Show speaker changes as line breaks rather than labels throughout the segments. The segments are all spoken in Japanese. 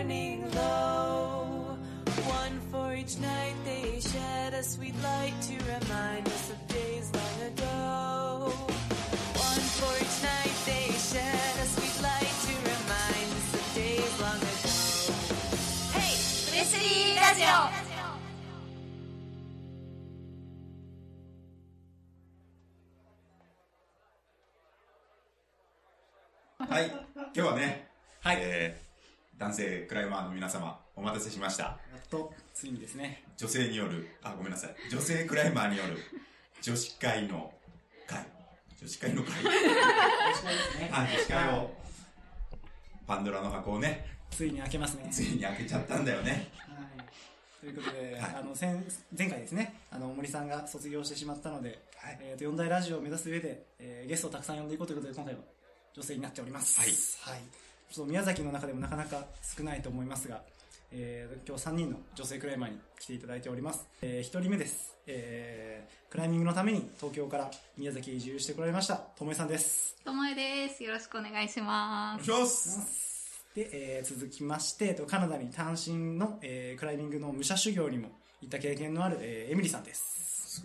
burning low. One for each night they shed a sweet light to remind us of days long ago. One for each night they shed a sweet light to remind us of days long ago. Hey! プレスリーラジオ。
はい、今日はね、
はい、
男性クライマーの皆様、お待たせしました。
やっと、ついにですね。
女性による、ごめんなさい。女性クライマーによる女子会の会。女子会の会。女子会ですね。女子会を、パンドラの箱をね。
ついに開けますね。
ついに開けちゃったんだよね。
はい。ということで、
はい、
前回ですね、森さんが卒業してしまったので、はい、4大ラジオを目指す上で、ゲストをたくさん呼んでいこうということで、今回は女性になっております。
はい。
はい。ちょっと宮崎の中でもなかなか少ないと思いますが、今日3人の女性クライマーに来ていただいております。1人目です。クライミングのために東京から宮崎へ移住してこられました、ともえさんです。
ともえです。よろしくお願いします。
お願いします。
で、続きまして、カナダに単身の、クライミングの武者修行にも行った経験のある、エミリーさんです。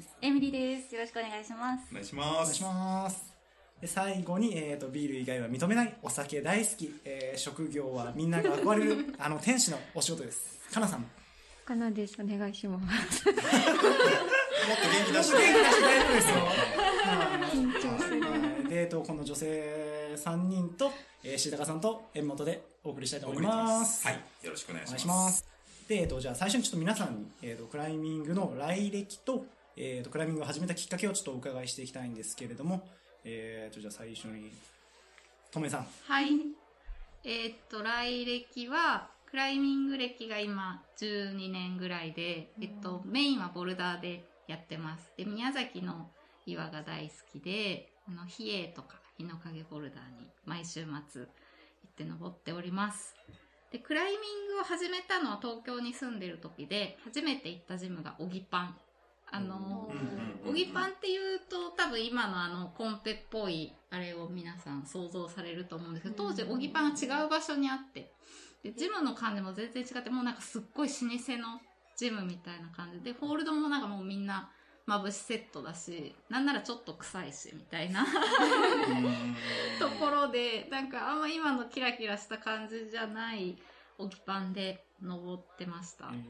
エミリーです。よろしくお願いします。
お願いします。
お願いします。で最後に、ビール以外は認めないお酒大好き、職業はみんなが憧れる天使のお仕事です。かなさん。
かなです。お願いします。
もっと元気出して。
元気出して大丈夫ですよ。
緊張する。
で、この女性3人と、椎高さんと縁元でお送りしたいと思います。
はい。よろしくお願いします。
お願いします。で、じゃあ最初にちょっと皆さんに、クライミングの来歴と、クライミングを始めたきっかけをちょっとお伺いしていきたいんですけれども、じゃあ最初に、とめさん。
はい。来歴は、クライミング歴が今12年ぐらいで、メインはボルダーでやってます。で、宮崎の岩が大好きで、比叡とか日の影ボルダーに毎週末行って登っております。で、クライミングを始めたのは東京に住んでる時で、初めて行ったジムがオギパン。オギパンっていうと多分今のコンペっぽいあれを皆さん想像されると思うんですけど、当時オギパンは違う場所にあって、でジムの感じも全然違って、もうなんかすっごい老舗のジムみたいな感じで、ホールドもなんかもうみんなまぶしセットだし、なんならちょっと臭いしみたいなところで、なんかあんま今のキラキラした感じじゃないオギパンで登ってました。はい。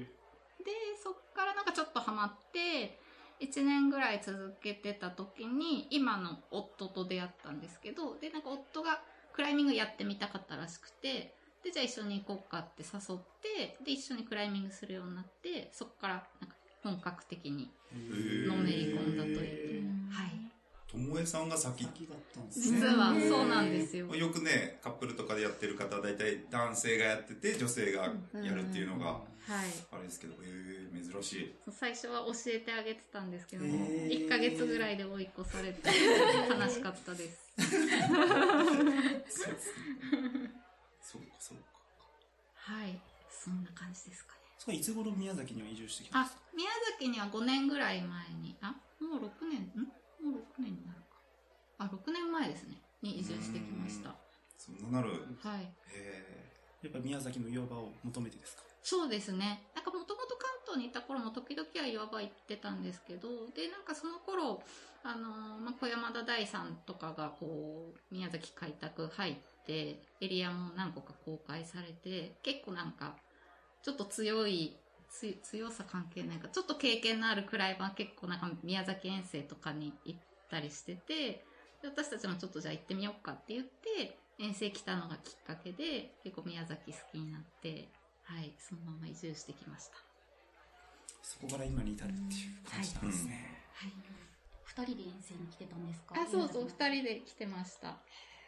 で、そっからなんかちょっとハマって、1年ぐらい続けてた時に、今の夫と出会ったんですけど、で、なんか夫がクライミングやってみたかったらしくて、で、じゃあ一緒に行こうかって誘って、で、一緒にクライミングするようになって、そっからなんか本格的にのめり込んだという。はい。
ともえさんが先
だったんです
ね。実はそうなんですよ。
よくね、カップルとかでやってる方は大体男性がやってて女性がやるっていうのが、あれですけど、珍しい。
最初は教えてあげてたんですけども、1ヶ月ぐらいで追い越されて悲しかったです。
そうか、そうか。
はい。そんな感じですかね。
それいつ頃宮崎には移住してきました？
宮崎には5年ぐらい前に、もう6年になるか。6年前ですね。に移住してきました。
そんななる。
はい。
やっぱ宮崎の岩場を求めてですか？
そうですね。なんかもともと関東にいた頃も時々は岩場行ってたんですけど、で、なんかその頃、小山田大さんとかがこう、宮崎開拓入って、エリアも何個か公開されて、結構なんか、ちょっと強さ関係ないか、ちょっと経験のあるクライマー結構なんか宮崎遠征とかに行ったりしてて、で私たちもちょっとじゃあ行ってみようかって言って、遠征来たのがきっかけで、結構宮崎好きになって、はい、そのまま移住してきました。
そこから今に至るっていう感じなんですね。
はい。
二人で遠征に来てたんですか？
そうそう、二人で来てました。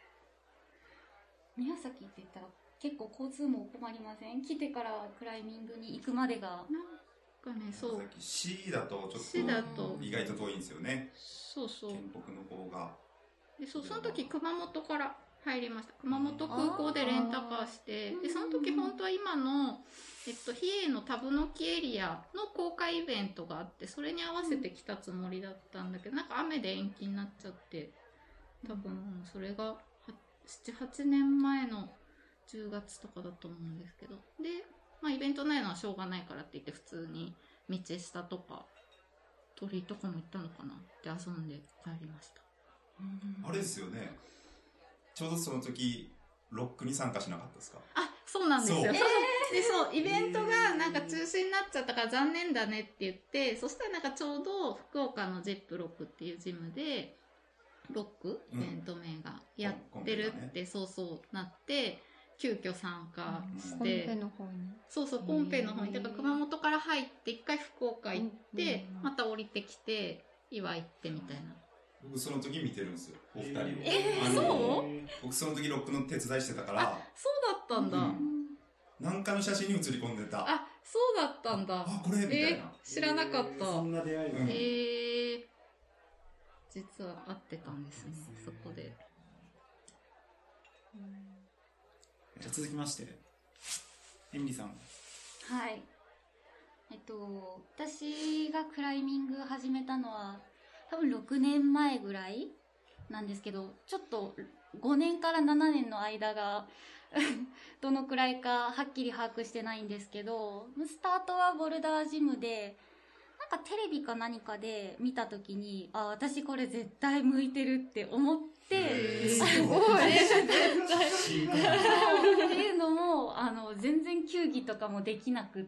宮崎って言ったら結構交通も困りません？来てからクライミングに行くまでが。
なんかね、そう。
市だとちょっと意外と遠いんですよね。
そうそう。
県北の方が。
で、その時熊本から入りました。熊本空港でレンタカーして、で、その時本当は今の、比叡の田ブノキエリアの公開イベントがあって、それに合わせて来たつもりだったんだけど、なんか雨で延期になっちゃって、多分それが7、8年前の 10月とかだと思うんですけど。で、まあイベントないのはしょうがないからって言って普通に道下とか鳥居とかも行ったのかなって遊んで帰りました。
あれですよね。ちょうどその時、ロックに参加しなかったですか？
あ、そうなんですよ。
そう
で、そう、イベントがなんか中止になっちゃったから残念だねって言って、そしたらなんかちょうど福岡のジェップロックっていうジムで、ロックイベント名がやってるって、そうそうなって、急遽参加し
コン
て、
ペの方に。
そうそう、コンペの方に、だから熊本から入って一回福岡行って、また降りてきて、岩行ってみたいな。
僕その時見てるんですよ、お二人を。
そう
僕その時ロックの手伝いしてたから、
そうだったんだ。
なんかの写真に写り込んでた。
あ、そうだったんだ。
あ、これみたいな。
知らなかった。
そんな出会いが。
実は会ってたんですね、そこで。
じゃあ続きまして、エミリーさん。
はい。私がクライミング始めたのは、多分6年前ぐらいなんですけど、ちょっと5年から7年の間がどのくらいかはっきり把握してないんですけど、スタートはボルダージムで、なんかテレビか何かで見たときに、あ、私これ絶対向いてるって思って、
す
ごい
絶
対っていうのも、全然球技とかもできなくって、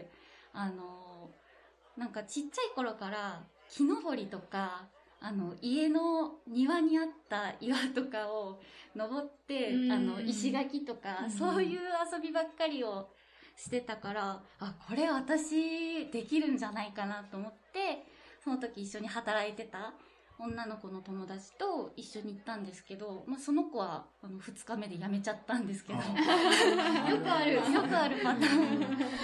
なんかちっちゃい頃から木登りとか、家の庭にあった岩とかを登って、石垣とか、そういう遊びばっかりをしてたから、あ、これ私できるんじゃないかなと思って、その時一緒に働いてた女の子の友達と一緒に行ったんですけど、まあ、その子は2日目で辞めちゃったんですけど、よくあるパターン。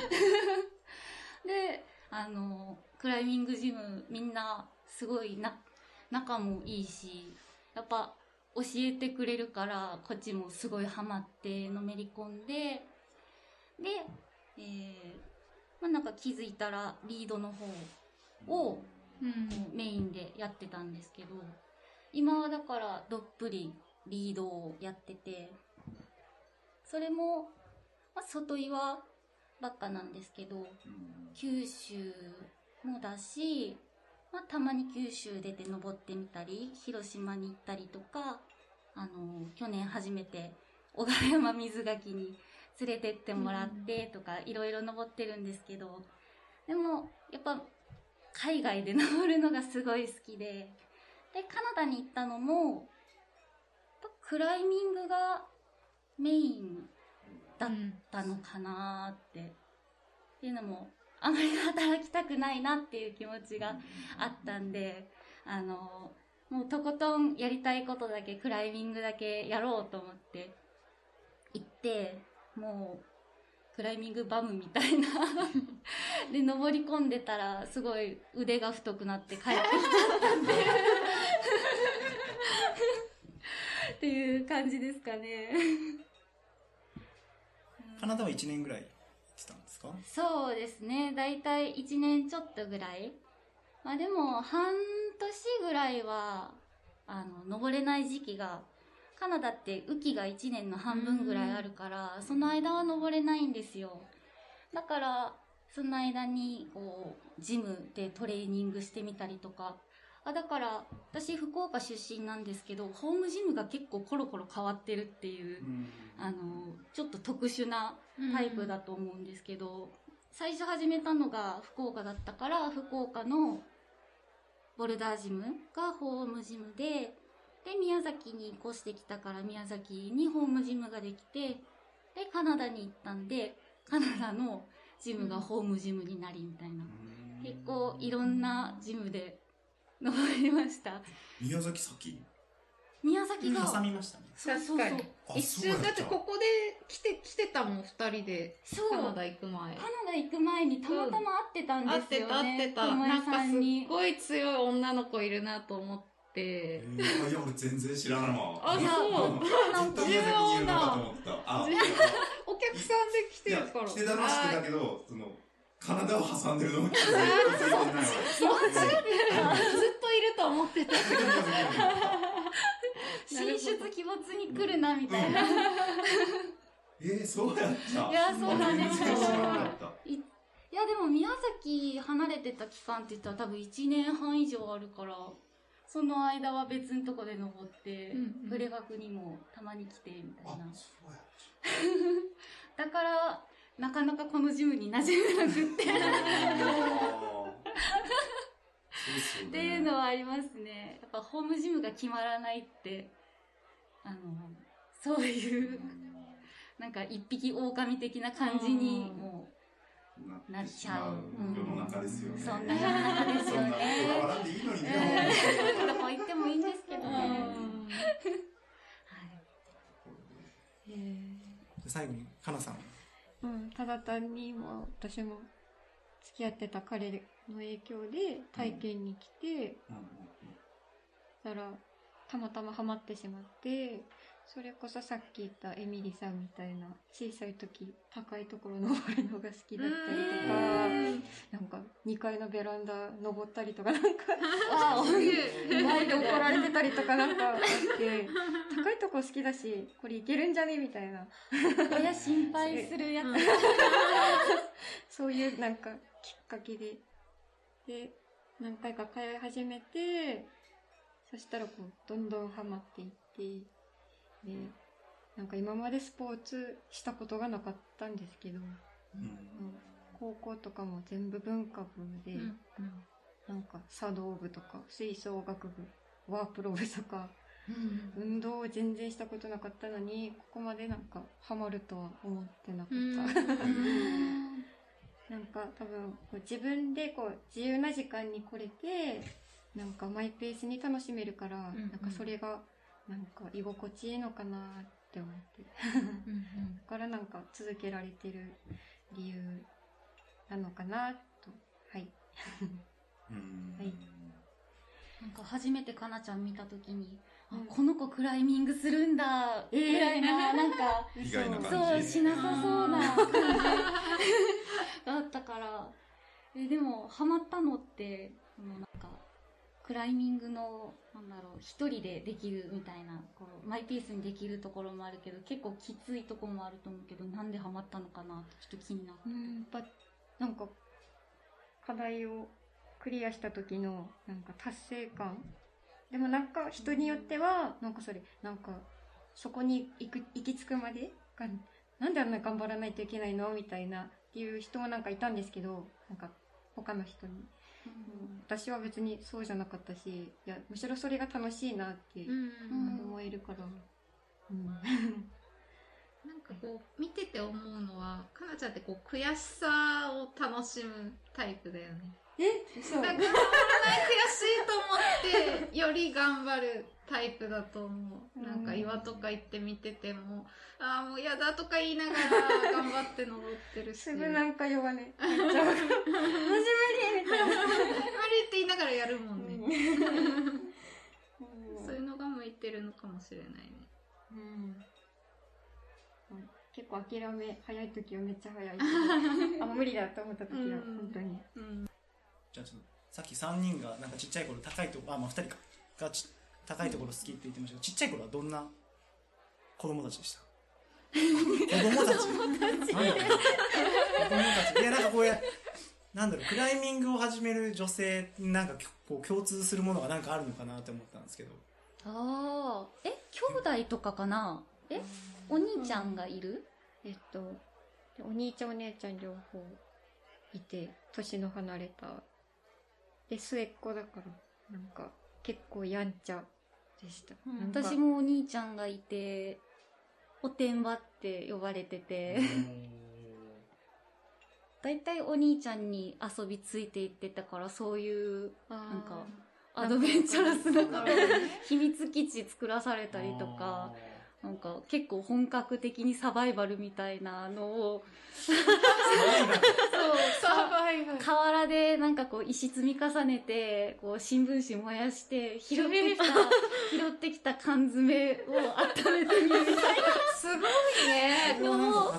で、クライミングジムみんなすごい仲もいいし、やっぱ教えてくれるから、こっちもすごいハマってのめり込んで、で、まあ、なんか気づいたらリードの方をメインでやってたんですけど、今はだからどっぷりリードをやってて、それも、まあ、外岩ばっかなんですけど、九州もだし、まあ、たまに九州出て登ってみたり、広島に行ったりとか、去年初めて小川山水垣に連れてってもらってとか、いろいろ登ってるんですけど、でもやっぱ海外で登るのがすごい好きで、カナダに行ったのもクライミングがメインだったのかなっていうのも、あまり働きたくないなっていう気持ちがあったんで、もうとことんやりたいことだけ、クライミングだけやろうと思って行って、もうクライミングバムみたいなで登り込んでたらすごい腕が太くなって帰ってきちゃったんでっていう感じですかね。
カナダは1年ぐらい来たんですか？
そうですね、だいたい1年ちょっとぐらい。まあでも半年ぐらいは登れない時期が、カナダって雨季が1年の半分ぐらいあるから、その間は登れないんですよ。だからその間にこうジムでトレーニングしてみたりとか、だから私福岡出身なんですけど、ホームジムが結構コロコロ変わってるっていう、ちょっと特殊なタイプだと思うんですけど、最初始めたのが福岡だったから、福岡のボルダージムがホームジムで、宮崎に越してきたから宮崎にホームジムができて、でカナダに行ったんでカナダのジムがホームジムになりみたいな、結構いろんなジムで登りました。
宮崎先
宮崎が
挟みましたね。
確かに。一瞬だってここで来てたもん、二人で。カナダ行く前。
カナダ行く前にたまたま会ってたんですよね。
会ってた。なんかすっごい強い女の子いるなと思って。
いや、俺全然知らないわ。
あ、そう。
ずっと宮崎にいるのかと思った。
お客さんで来てるから。
来てたのは知ってたけど、カナダを挟んでるのも気づいてないわ。
ずっといると思ってた。
進出鬼没に来るなみたいな。
そうやった。
いやそうなんですよ
全然知らなかった。
いやでも宮崎離れてた期間って言ったら多分1年半以上あるから、その間は別のとこで登って、
うん
プレ学にもたまに来てみたいな。
そうやっ
だからなかなかこのジムに馴染めなくって
た。そうですよね。
っていうのはありますね。やっぱホームジムが決まらないってそういうなんか一匹狼的な感じにも
なってしまう世の中ですよね。
そんな世の中ですよね。
そんなこだわらんでいいのにね。
どこ行ってもいいんですけどね。
で最後にかなさん。
ただ単にも私も付き合ってた彼の影響で体験に来て、だからたまたまハマってしまって、それこそさっき言ったエミリさんみたいな小さい時高いところ登るのが好きだったりとか、なんか2階のベランダ登ったりとか、なんか前で怒られてたりとかなんかあって、高いとこ好きだしこれいけるんじゃねみたいな、
親心配するやつ。
そういうなんかきっかけで何回か通い始めて、そしたらこうどんどんハマっていって、でなんか今までスポーツしたことがなかったんですけど、高校とかも全部文化部で、なんか茶道部とか吹奏楽部、ワープロ部とか、運動を全然したことなかったのにここまでなんかハマるとは思ってなかった。なんか多分こう自分でこう自由な時間に来れて、なんかマイペースに楽しめるから、なんかそれがなんか居心地いいのかなって思ってだからなんか続けられてる理由なのかなと。はい。はい。
なんか初めてかなちゃん見たときに、この子クライミングするんだぐらいな、なんか
意外な感じ。
そうしなさそうな感じだったから、でもハマったのってなんかクライミングの一人でできるみたいな、こうマイペースにできるところもあるけど結構きついところもあると思うけど、なんでハマったのかなってちょっと気になって。
やっぱなんか課題をクリアした時のなんか達成感。でもなんか人によってはなんかそれなんかそこに行き着くまでなんであんな頑張らないといけないのみたいなっていう人もなんかいたんですけど、なんか他の人に、私は別にそうじゃなかったし、いやむしろそれが楽しいなって思えるから、
なんかこう見てて思うのは、かなちゃんってこう悔しさを楽しむタイプだよね。
そう
だから悔しいと思ってより頑張るタイプだと思う。なんか岩とか行って見てても、ああもうやだとか言いながら頑張って登ってるし、
すぐなんか弱音入っちゃう。無理みたいな。
無理って言いながらやるもんね。そういうのが向いてるのかもしれないね。
結構諦め早い時はめっちゃ早い。無理だと思った時は本当に。
じゃあちょっとさっき3人がなんかちっちゃい頃高いところ、2人かが高いところ好きって言ってましたけど、ちっちゃい頃はどんな子供たちでした？子供たちいやなんかこうなんだろう、クライミングを始める女性なんかこう共通するものがなんかあるのかなって思ったんですけど。
兄弟とかかな？お兄ちゃんがいる？
お兄ちゃんお姉ちゃん両方いて、年の離れたで末っ子だからなんか結構やんちゃでした。
私もお兄ちゃんがいて、おてんばって呼ばれててだいたいお兄ちゃんに遊びついていってたから、そういうなんかアドベンチャラスな秘密基地作らされたりとか、なんか結構本格的にサバイバルみたいなのを
サバイバル
河原でなんかこう石積み重ねて、こう新聞紙燃やして拾ってきた缶詰を温めてみるみたいな。
すごいね。
ちょ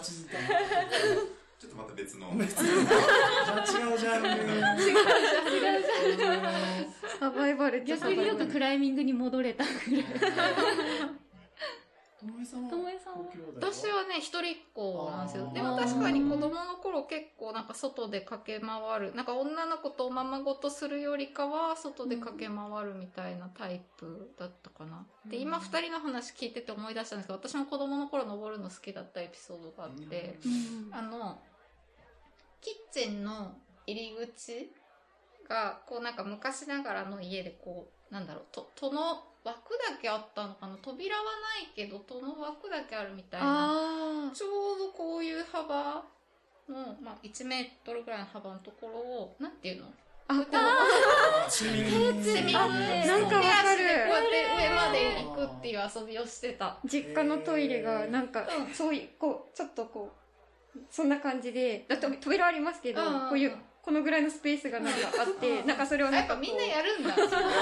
っとまた別の違うジャンル
サバイバル
逆によくクライミングに戻れたぐらい。
ともえさんは
ともえさんは
ご兄弟
私はね、一人っ子なんですよ。
あー
でも確かに子供の頃結構なんか外で駆け回る。なんか女の子とおままごとするよりかは外で駆け回るみたいなタイプだったかな。で、今二人の話聞いてて思い出したんですけど、私も子供の頃登るの好きだったエピソードがあって、キッチンの入り口が、こうなんか昔ながらの家でこう、なんだろう、戸の枠だけあったのかな、扉はないけど、戸の枠だけあるみたいな。ちょうどこういう幅の、まあ、1メートルぐらいの幅のところを、なんていうの
シミ
セミ
あなんかわかる
手足でこうやって上まで行くっていう遊びをしてた。
実家のトイレがなんか、そういう、こう、ちょっとこう、そんな感じで、だって扉ありますけど、
うん
こういう、このぐらいのスペースがなんかあって、なんかそれをなんかこう
やっぱみんなやるんだ。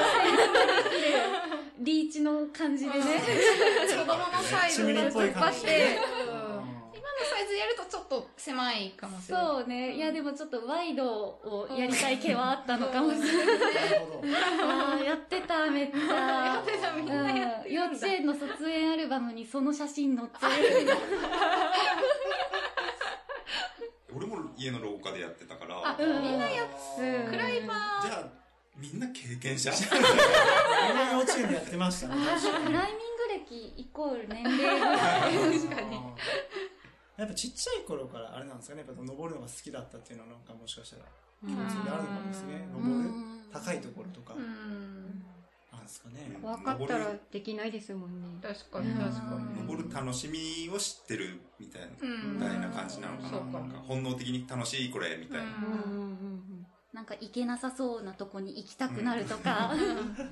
リーチの感じでね。
子供のサイズで
シミっぽい
突っ
感じ
張って、
うん
今のサイズやるとちょっと狭いかもしれない。
そうね。いや、でもちょっとワイドをやりたい気はあったのかもしれない。
なるほど。
あーやってた、めっちゃ。
やってた、みんなやってるんだ。
幼稚園の卒園アルバムにその写真載ってる。
俺も家の廊下でやってたから。
あ、
うん
みんなやっ
うん
クライマー。
じゃあ、みんな経験者
みんな幼稚園でやってましたね。
クライミング歴イコール年齢ぐらい。
確かに。
やっぱちっちゃい頃からあれなんですかね、やっぱ登るのが好きだったっていうのはなんかもしかしたら共通であるのかもですね。登る高いところとかなんですかね。
怖かったらできないですもんね。
確かに確かに。
登る楽しみを知ってるみたいな、
うん
みたいな感じなのかな。
そうかも
なんか本能的に楽しいこれみたいな。
なんか行けなさそうなとこに行きたくなるとか。
確かに確か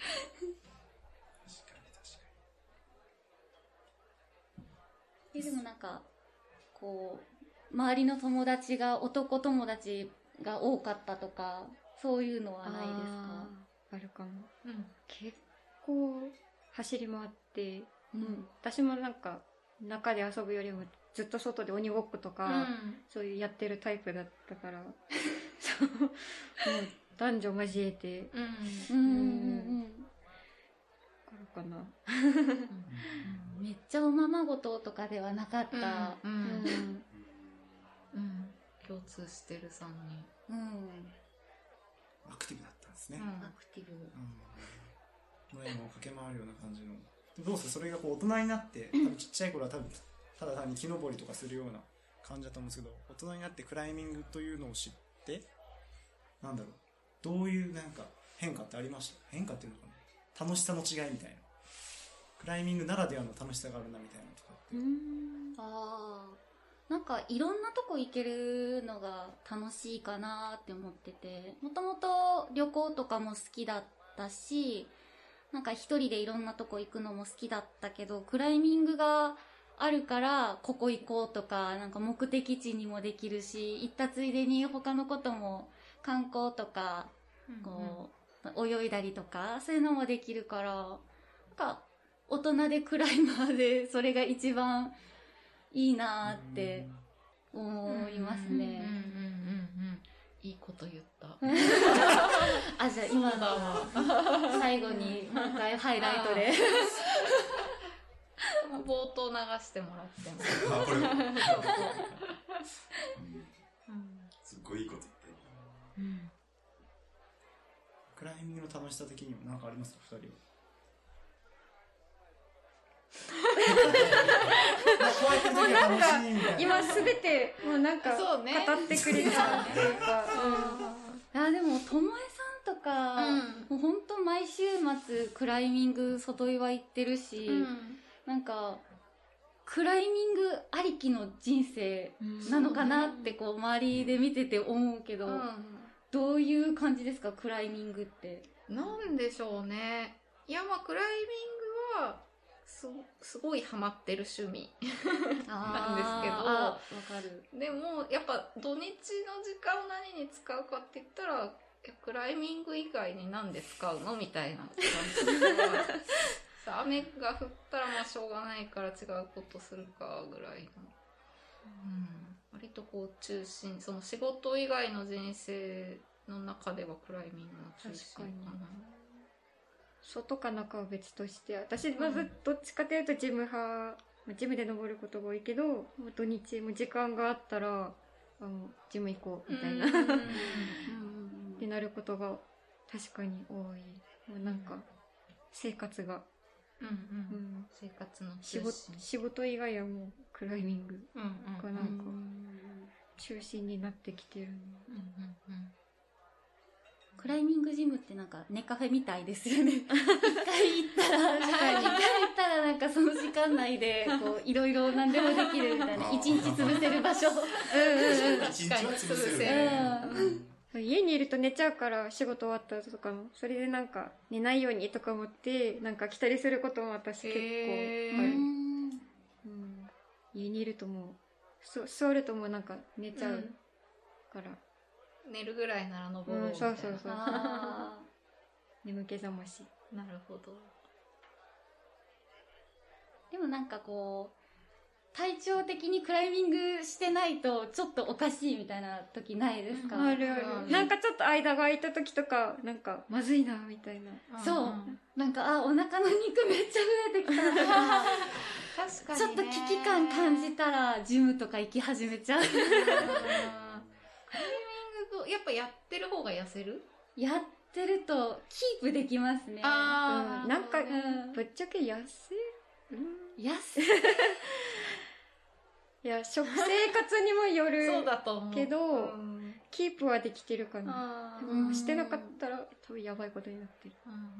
でもなんか、こう、周りの友達が男友達が多かったとか、そういうのはないですか？
あるかも。
うん
結構走り回って、私もなんか中で遊ぶよりもずっと外で鬼ごっことか、そういうやってるタイプだったから、そうもう男女交えて、かな。
めっちゃおままごととかではなかった。
共通してる3人。
アクティブだったんですね。
アクティブ。
前も駆け回るような感じの。どうせそれがこう大人になって、多分ちっちゃい頃は多分ただ単に木登りとかするような感じだと思うんですけど、大人になってクライミングというのを知って、なんだろう、どういうなんか変化ってありました？変化っていうのかな、楽しさの違いみたいな。クライミングならではの楽しさがあるなみたいなとかって。
なんかいろんなとこ行けるのが楽しいかなって思ってて、もともと旅行とかも好きだったし、なんか一人でいろんなとこ行くのも好きだったけど、クライミングがあるからここ行こうとか、なんか目的地にもできるし、行ったついでに他のことも観光とか、こう、泳いだりとか、そういうのもできるから、なんか大人でクライマーでそれが一番いいなーって思いますね。
いいこと言った。
あ、じゃあ今の最後にもう一回ハイライトで。
冒頭流してもらっても。
あ、これすっごいいいこと言って。
クライミングの楽しさ的にも何かありますか、2人は。
もうなんか今すべてもうなんか語
そうね
ってくれたっていうか、
あ、でも、ともえさんとか、もうほんと毎週末クライミング外岩行ってるし、なんか、クライミングありきの人生なのかなってこう周りで見てて思うけど、どういう感じですか、クライミングって。
なんでしょうね。いや、まあ、クライミングは、すごいハマってる趣味なんですけど、
わかる。
でも、やっぱ土日の時間を何に使うかって言ったら、クライミング以外に何で使うのみたいな感じで。雨が降ったらまあしょうがないから違うことするかぐらいの。割とこう中心、その仕事以外の人生の中ではクライミングの中心かな。
外か中は別として、私はどっちかというとジム派、ジムで登ることが多いけど、もう土日も時間があったら、ジム行こうみたいな、ってなることが確かに多い。もうなんか、生活が、
生活の
仕事以外はもうクライミングがなんか、中心になってきてる。
クライミングジムってなんかネカフェみたいですよね。一回行ったらなんかその時間内でこういろいろ何でもできるみたいな、一日潰せる場所。
一日は潰せるね。
家にいると寝ちゃうから仕事終わった後とかも、それでなんか寝ないようにとか思ってなんか来たりすることも私結構ある。家にいるともう座るともうなんか寝ちゃうから、
寝るぐらいなら登ろうみたいな。
そう眠気覚まし。
なるほど。
でもなんかこう体調的にクライミングしてないとちょっとおかしいみたいな時ないですか？
あるある。なんかちょっと間が空いた時とかなんかまずいなみたいな。
そうなんかお腹の肉めっちゃ増えてきたとか
確かに、ね、
ちょっと危機感感じたらジムとか行き始めちゃう。
クライミングやっぱやってる方が痩せる？
やってるとキープできますね。
なんかぶっちゃけ痩せいや食生活にもよる
そうだと思う
けど、キープはできてるかな。してなかったら多分やばいことになってる。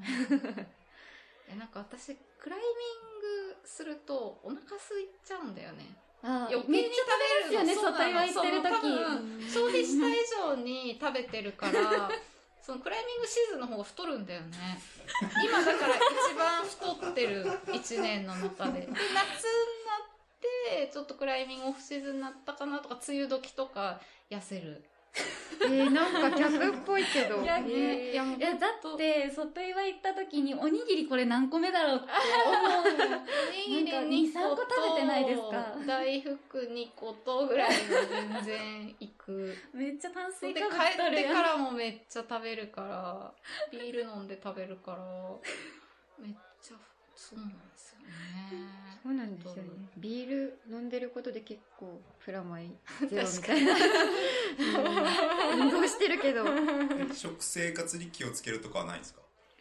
なんか私クライミングするとお腹空いちゃうんだよね。
余計に食べるよね、外岩行ってる時。
消費した以上に食べてるからそのクライミングシーズンの方が太るんだよね。今だから一番太ってる1年の中で。で、夏になってちょっとクライミングオフシーズンになったかなとか、梅雨時とか痩せる。
なんか逆っぽいけど。
いや、だって外岩行った時におにぎりこれ何個目だろうって思う。
おにぎり2、
3個食べてないですか？
大福2個とぐらいは全然いく。
めっちゃ炭水
で
化物
帰ってからもめっちゃ食べるから、ビール飲んで食べるから、めっちゃそうなんですよね。
そうなんですよね。ビール飲んでることで結構プラマイゼロみたいな。運動してるけど。
食生活に気をつけるとかはないんですか？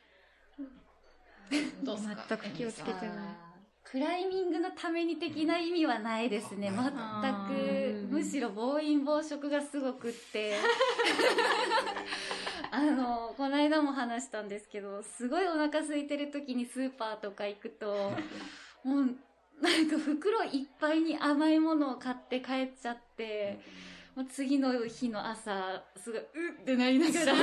どうすか？
全く気をつけてない。
クライミングのために的な意味はないですね。全く。むしろ暴飲暴食がすごくって。この間も話したんですけど、すごいお腹空いてる時にスーパーとか行くと、もうなんか袋いっぱいに甘いものを買って帰っちゃって、もう次の日の朝、すごい、ってなりながら。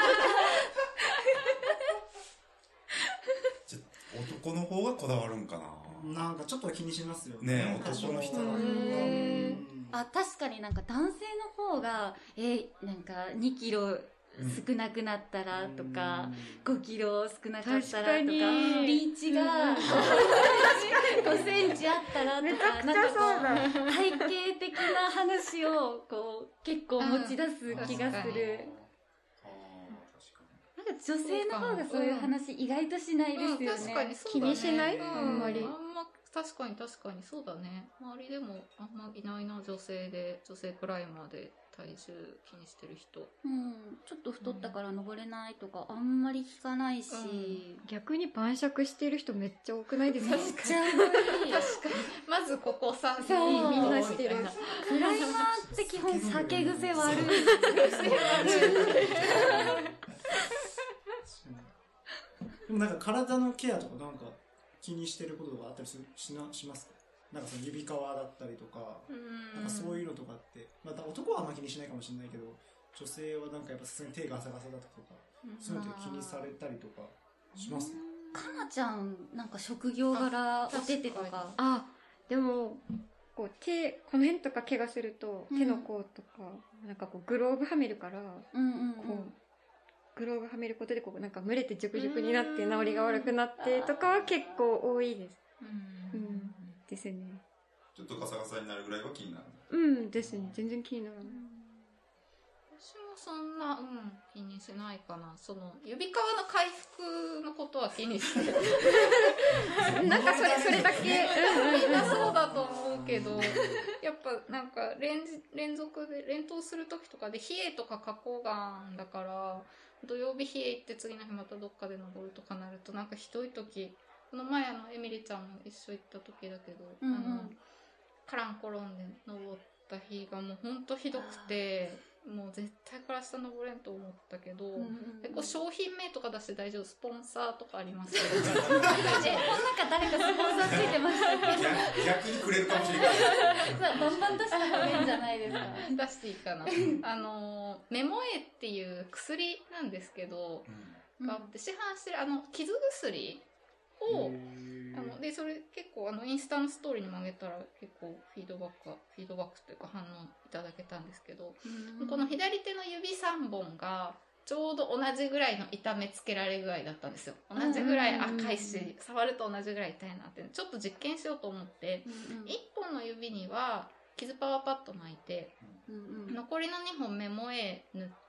男の方がこだわるんかな。
なんかちょっと気にしますよ
ね。男の人
は。確かになんか男性の方が、なんか2キロ少なくなったらとか、5キロ少なかったらとか、リーチが5センチあったらとか、なんかこう、体型的な話をこう、結構持ち出す気がする。なんか女性の方がそういう話意外としないですよね。
確かにそう
気にしない？あんまり。
確かにそうだね。周りでもあんまいないな、女性クライマーで体重気にしてる人。
ちょっと太ったから登れないとかあんまり聞かないし、
逆に晩酌してる人めっちゃ多くないですか？
めっちゃ多い。
確かに。まずここさ、
みんなしてる。
クライマーって基本酒癖悪い。
でもなんか体のケアとかなんか気にしてることとかあったりしますか？なんかその指皮だったりとか、なんかそういうのとかって、また男はあんま気にしないかもしれないけど、女性はなんかやっぱさすがに手がガサガサだとか、そういうのって気にされたりとかします？
かなちゃん、なんか職業柄、お手手とか。
でも、こうこの辺とか怪我すると、手の甲とか、なんかこうグローブはめるから、グローブはめることでこうなんか蒸れてジュクジュクになって治りが悪くなってとかは結構多いです。ですね。
ちょっとガサガサになるぐらいは気になる。
ですね。全然気にならない。
私もそんな、気にしないかな。その、指皮の回復のことは気にしてる。
なんかそれだけ、
みんなそうだと思うけど、やっぱなんか連続で、連投するときとかで、冷えとか花崗岩だから、土曜日冷え行って次の日またどっかで登るとかなると、なんかひどいとき、この前エミリちゃんも一緒行ったときだけど、カランコロンで登った日がもうほんとひどくて、もう絶対から下登れんと思ったけど、結構商品名とか出して大丈夫、スポンサーとかありますけど。
なんか誰かスポンサーついてましたっけ？
逆にくれるかもしれない。
バンバン出した方がいいんじゃないですか。
出していいかな。メモエっていう薬なんですけど、があって市販してる傷薬を、で、それ結構インスタのストーリーにも上げたら結構フィードバックというか反応いただけたんですけど、この左手の指3本がちょうど同じぐらいの痛めつけられ具合だったんですよ。同じぐらい赤いし、触ると同じぐらい痛いなって、ちょっと実験しようと思って、1本の指には傷パワーパッド巻いて、残りの2本メモ絵塗って、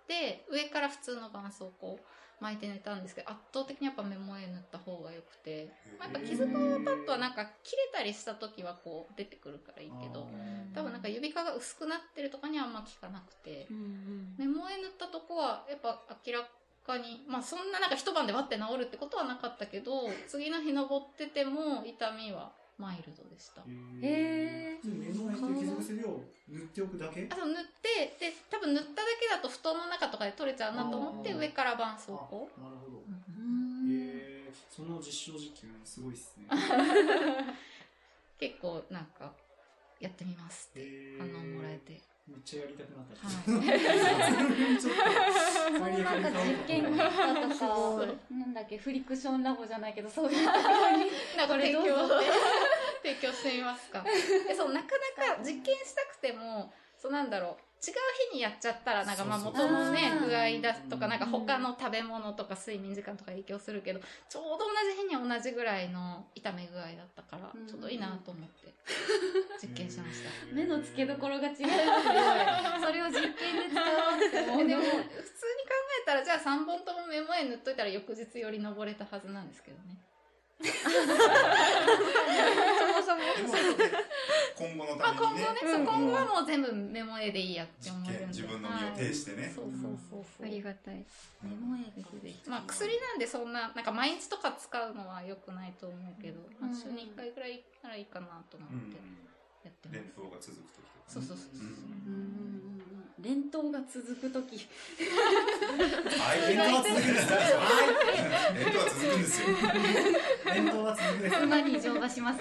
上から普通の絆創膏巻いて寝たんですけど、圧倒的にやっぱメモ絵塗った方が良くて、やっぱ傷パワーパッドはなんか切れたりした時はこう出てくるからいいけど、多分なんか指皮が薄くなってるとかにはあんま効かなくて、メモ絵塗ったとこはやっぱ明らかに、まあそんななんか一晩で割って治るってことはなかったけど、次の日登ってても痛みはマイルドでした。
目の前に傷薬を塗っておくだけ？
塗って、で、多分塗っただけだと布団の中とかで取れちゃうなと思って、上から絆創膏。
なるほど。その実証実験すごいっすね。
結構なんか、やってみますって反応もらえて。
めっちゃやりたくなった。
なんか実験とか、なんだっけ、フリクションラボじゃないけど、そういうところに、
なんか提供してみますか。そう、なかなか実験したくても、そうなんだろう。違う日にやっちゃったら、なんかまあ元のね、具合だとか、なんか他の食べ物とか睡眠時間とか影響するけど、ちょうど同じ日に同じぐらいの痛め具合だったから、ちょうどいいなと思って実験しました。
目の付けどころが違いますね。それを実験で使おうって思う。
でも、普通に考えたら、じゃあ3本ともメモ絵塗っといたら翌日より登れたはずなんですけどね。
そもそも
今後のためにね。
今後はもう全部メモ絵でいいやって思えるんで。
自分の身を呈してね。
そう。
ありがたい。
メモ絵ぜひぜひ。
まあ薬なんでそんな、なんか毎日とか使うのは良くないと思うけど、週に1回くらいならいいかなと思ってやってます。
連投が続くときとか。
そう。
連投が続くとき。
連投は続くんですよ。連投は続くんですよ。
連投は続くです。
馬に乗馬しますね。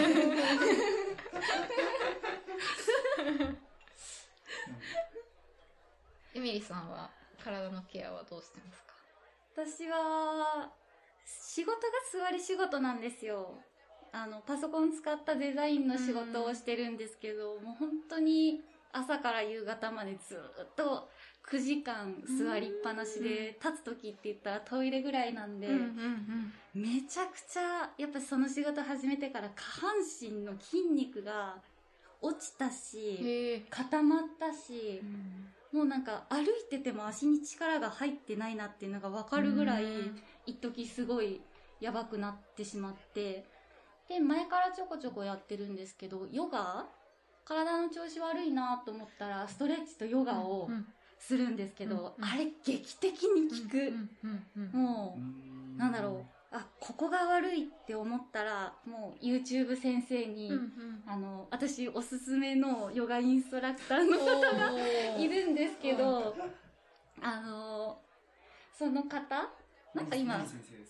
エミリさんは体のケアはどうしてますか？
私は、仕事が座り仕事なんですよ。パソコン使ったデザインの仕事をしてるんですけど、もう本当に朝から夕方までずっと9時間座りっぱなしで、立つ時って言ったらトイレぐらいなんで、めちゃくちゃ、やっぱその仕事始めてから下半身の筋肉が落ちたし、固まったし、もうなんか歩いてても足に力が入ってないなっていうのが分かるぐらい、一時すごいやばくなってしまって、で、前からちょこちょこやってるんですけど、ヨガ？体の調子悪いなと思ったら、ストレッチとヨガをするんですけど、あれ劇的に効く。もう、なんだろう。ここが悪いって思ったら、もう YouTube 先生に、私おすすめのヨガインストラクターの方がいるんですけど、その方なんか今、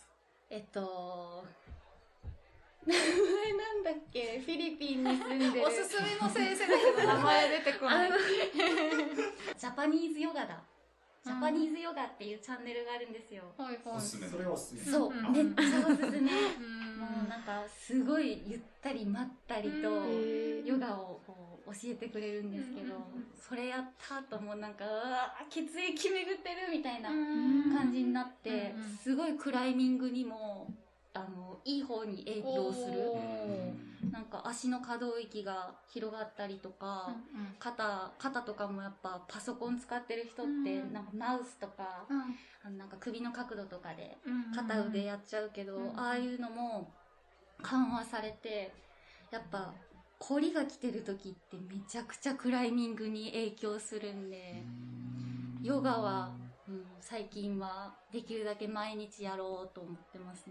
名前なんだっけ、フィリピンに住んでる。
おすすめの先生だけど名前出てこない。
ジャパニーズヨガだ。ジャパニーズヨガっていうチャンネルがあるんですよ。
おすすめ。
それはおすすめ。
そう、めっちゃおすすめ。もうなんか、すごいゆったりまったりと、ヨガをこう教えてくれるんですけど、それやった後もなんか、血液巡ってるみたいな感じになって、すごいクライミングにもいい方に影響する。なんか足の可動域が広がったりとか、肩とかもやっぱパソコン使ってる人ってなんかマウスとか、なんか首の角度とかで肩腕やっちゃうけど、ああいうのも緩和されて、やっぱ凝りが来てる時ってめちゃくちゃクライミングに影響するんで、ヨガは、最近はできるだけ毎日やろうと思ってますね。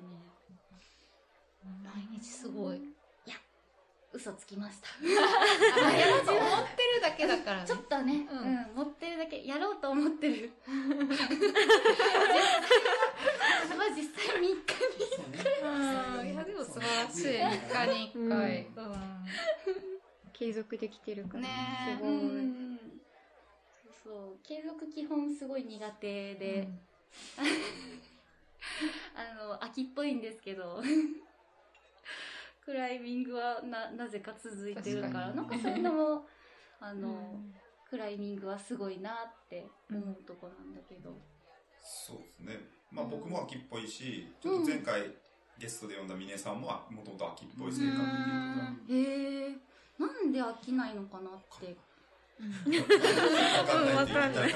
毎日すごい。
嘘つきました。
やろうと思ってるだけだからね。
ちょっとね、持ってるだけ、やろうと思ってる。実際3日に1回。
いや、でも素晴らしい。3日に1回。
継続できてるから。
ね
すごい。
そう、継続基本すごい苦手で、秋っぽいんですけど、クライミングはなぜか続いてるから、なんかそういうのも、クライミングはすごいなって思うとこなんだけど。
そうですね。まあ僕も秋っぽいし、ちょっと前回ゲストで呼んだ峰さんももともと秋っぽい性格っていうこと
なんで飽きないのかなって。
わかんないって言ったら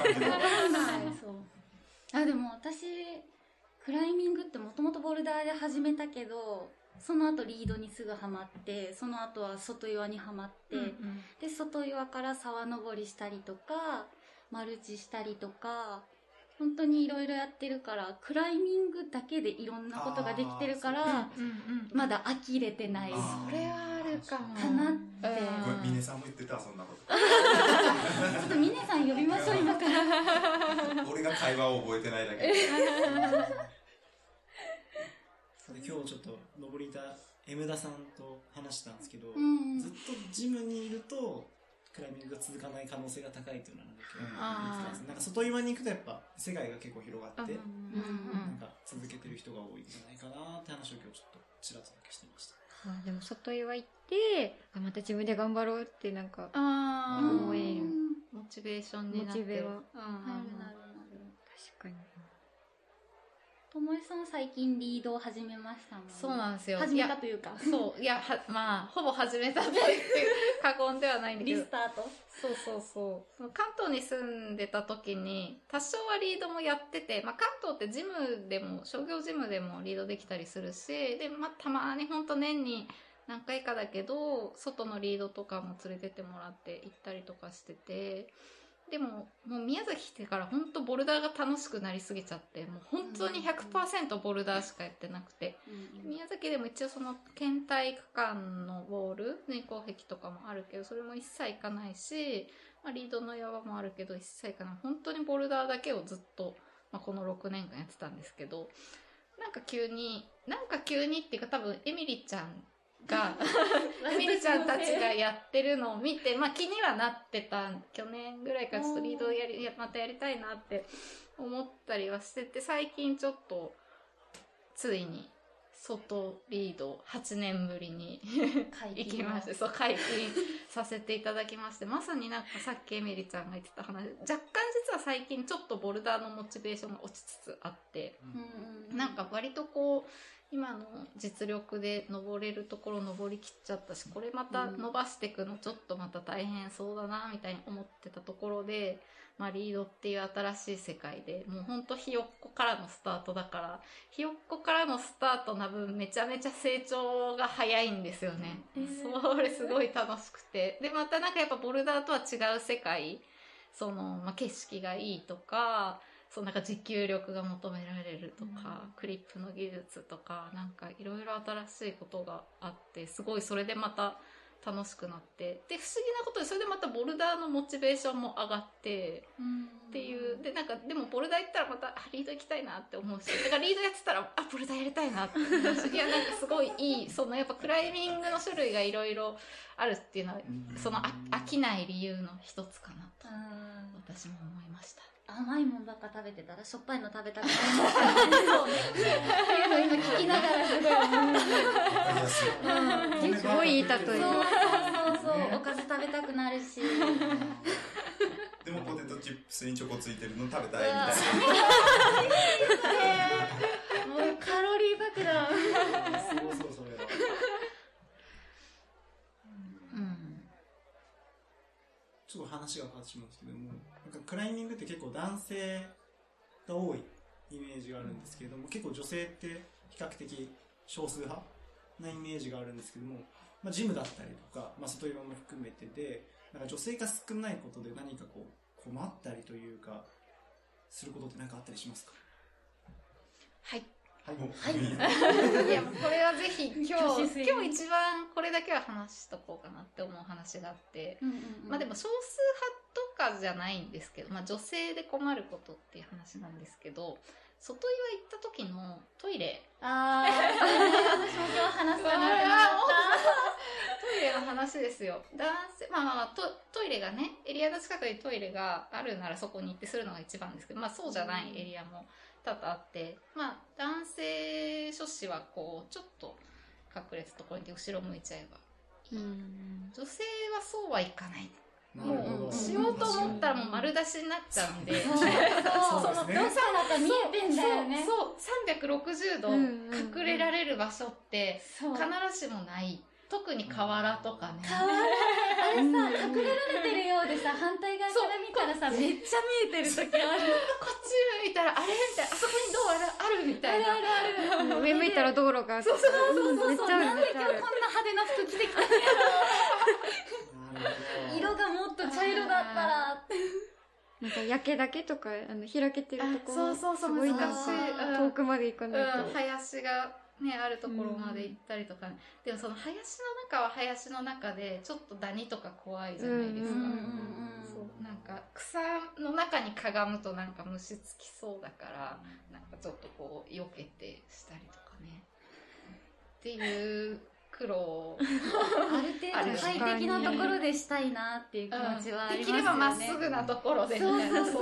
そう。でも私、クライミングってもともとボルダーで始めたけど、その後リードにすぐハマって、その後は外岩にハマって、で、外岩から沢登りしたりとか、マルチしたりとか、本当にいろいろやってるから、クライミングだけでいろんなことができてるから、まだ飽きれてない。
それはあるかも。
かなって。
これ、峰さんも言ってた、そんなこと。
ちょっと峰さん呼びましょう、今から。
俺が会話を覚えてないだけ。
今日ちょっと登り板 M 田さんと話したんですけど、
うん
ずっとジムにいるとクライミングが続かない可能性が高いっていうのはなんか外岩に行くとやっぱ世界が結構広がって、なんか続けてる人が多いんじゃないかなって話を今日ちょっとちらっとだけしてました。
でも外岩行ってまた自分で頑張ろうってなんか思える
モチベーションになってる。
モチベは
なる
確かに。
ともえさん最近リードを始めましたもんね。
そうなんですよ。
始めたというか。
そう。いや、まあ、ほぼ始めたっていう過言ではないんだけど。
リスタート。
そう。関東に住んでた時に、多少はリードもやってて、まあ関東ってジムでも、商業ジムでもリードできたりするし、で、まあたまにほんと年に何回かだけど、外のリードとかも連れてってもらって行ったりとかしてて、でも、もう宮崎来てから本当ボルダーが楽しくなりすぎちゃって、もう本当に 100% ボルダーしかやってなくて、宮崎でも一応その県体区間のウォール、人工壁とかもあるけど、それも一切行かないし、まあ、リードの岩もあるけど一切行かない。本当にボルダーだけをずっと、まあ、この6年間やってたんですけど、なんか急にっていうか多分エミリちゃんがエミリちゃんたちがやってるのを見て、まあ気にはなってた。去年ぐらいからちょっとリードをまたやりたいなって思ったりはしてて、最近ちょっとついに外リード8年ぶりに行きまして、そう解禁させていただきまして、まさになんかさっきエミリちゃんが言ってた話、若干実は最近ちょっとボルダーのモチベーションが落ちつつあって、なんか割とこう今の実力で登れるところ登りきっちゃったし、これまた伸ばしていくのちょっとまた大変そうだなみたいに思ってたところで、まあリードっていう新しい世界で、もうほんとひよっこからのスタートだから、ひよっこからのスタートな分めちゃめちゃ成長が早いんですよね。それすごい楽しくて。で、またなんかやっぱボルダーとは違う世界、まあ景色がいいとか、なんか持久力が求められるとか、クリップの技術とか、なんかいろいろ新しいことがあって、すごいそれでまた楽しくなって、で、不思議なことでそれでまたボルダーのモチベーションも上がって、っていう、で、なんかでもボルダー行ったらまたリード行きたいなって思うし、だからリードやってたら、ボルダーやりたいなって思うし、いやなんかすごいいい、やっぱクライミングの種類がいろいろあるっていうのは、飽きない理由の一つかなと、私も思いました。
甘いもんばっか食べてたらしょっぱいの食べたくなりましたそうね。今聞きながらすごい思う。
すごいいい例え。
そう。おかず食べたくなるし。
でもポテトチップスにチョコついてるの食べたいみたいな。
もうカロリー爆弾。
話が変わってしまうんですけども、なんかクライミングって結構男性が多いイメージがあるんですけれども、結構女性って比較的少数派なイメージがあるんですけども、まあ、ジムだったりとか、まあ、外岩も含めてで、なんか女性が少ないことで何かこう困ったりというかすることって何かあったりしますか？
はい。
はい。
いや、これはぜひ今日一番これだけは話しとこうかなって思う話があって、まあでも少数派とかじゃないんですけど、まあ女性で困ることっていう話なんですけど、外岩行った時のトイレ。
あー、私も今日話すかなって思っ
トイレの話ですよ。男性、まあトイレがね、エリアの近くにトイレがあるならそこに行ってするのが一番ですけど、まあそうじゃないエリアも多々あって、まあ男性諸子はこう、ちょっと隠れたところに後ろ向いちゃえばいい。女性はそうはいかない。もうしようと思ったらもう丸出しになっちゃうんで、
そうですね。
どうしたらか見えてんだよね。
そう360度隠れられる場所って
そう
必ずしもない。特に河原とかね。
あれさ、隠れられてるようでさ、反対側から見たらさ、めっちゃ見えてる時ある。
こっち向いたら、あれみたいな、あそこにドアあるみたいな。
ある。
上向いたら道路があって。
そうそうそうそう。
めっちゃある、
なんで今日こんな派手な服着てきたんやろ。色がもっと茶色だったらって。
なんか焼けだけとか、開けてるところ、
そう
すごいなんか遠くまで行かないと。
林がね、あるところまで行ったりとか、ね、でもその林の中は林の中で、ちょっとダニとか怖いじゃないですか。そう、なんか草の中にかがむとなんか虫つきそうだから、なんかちょっとこう、避けてしたりとかね。っていう苦労。
ある程度快適なところでしたいなっていう気持ちはありますよね。
できればまっすぐなところでみたいな。
そう。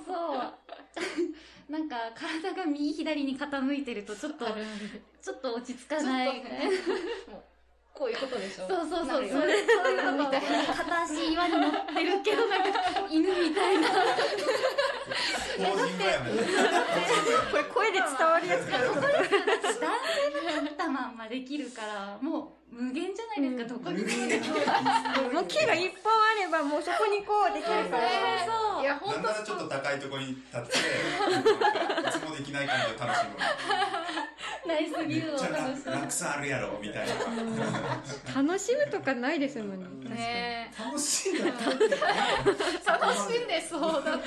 なんか体が右左に傾いてるとちょっと落ち着かない。
もうこういうことでしょ。
そう
そういうこと
みたいな。片足岩に乗ってるけどなんか犬みたいな。
法人がやめて。
これ声で伝わるやつか。
ここですよ。だって男性が立ったまんまできるからもう無限じゃないですか。どこにでもできる。
もう木が一本あればもうそこにこうできるから。
そう。
いや本当
なんならちょっと高いところに立って、いつもできない感じを楽しむ。
ナイスビューを
めっちゃ
楽しむ。
落差あるやろみたいな。
楽しむとかないですもんね。
ね。
楽しいな。
楽しんでそうだったよ。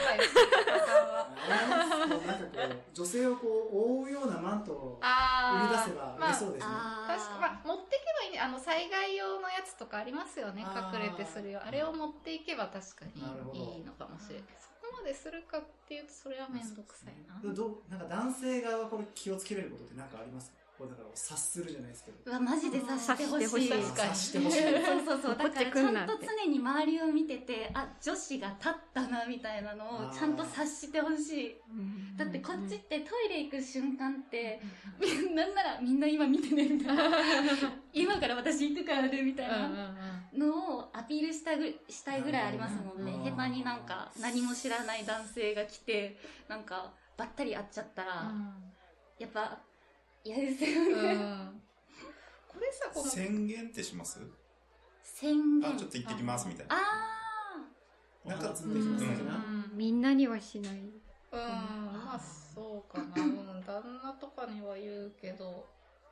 なんかこう女性をこう覆うようなマントを売り出せば売れそうですね。
確か、まあ、持っていけばいいね。災害用のやつとかありますよね。隠れてするよ。あれを持っていけば確かにいいのかもしれない。そこまでするかっていうと、それはめんどくさいな。
なんか男性側はこれ気をつけれることって何かありますか？これだから察するじゃないですけど。
うわ、マジで察してほしい。
察してほしい。
そう。だからちゃんと常に周りを見てて、あ、女子が立ったなみたいなのをちゃんと察してほしい。だってこっちってトイレ行く瞬間って、なんならみんな今見てねみたいな。今から私行くからねみたいなのをアピールしたいぐらいありますもんね。下手になんか何も知らない男性が来て、なんかばったり会っちゃったら、やっぱ、嫌ですよね。
これさ、この
宣言ってします？
宣言。
あ、ちょっと行ってきますみたいな。
なんかつってきますな。
みんなにはしない。
まあそうかな。旦那とかには言うけど、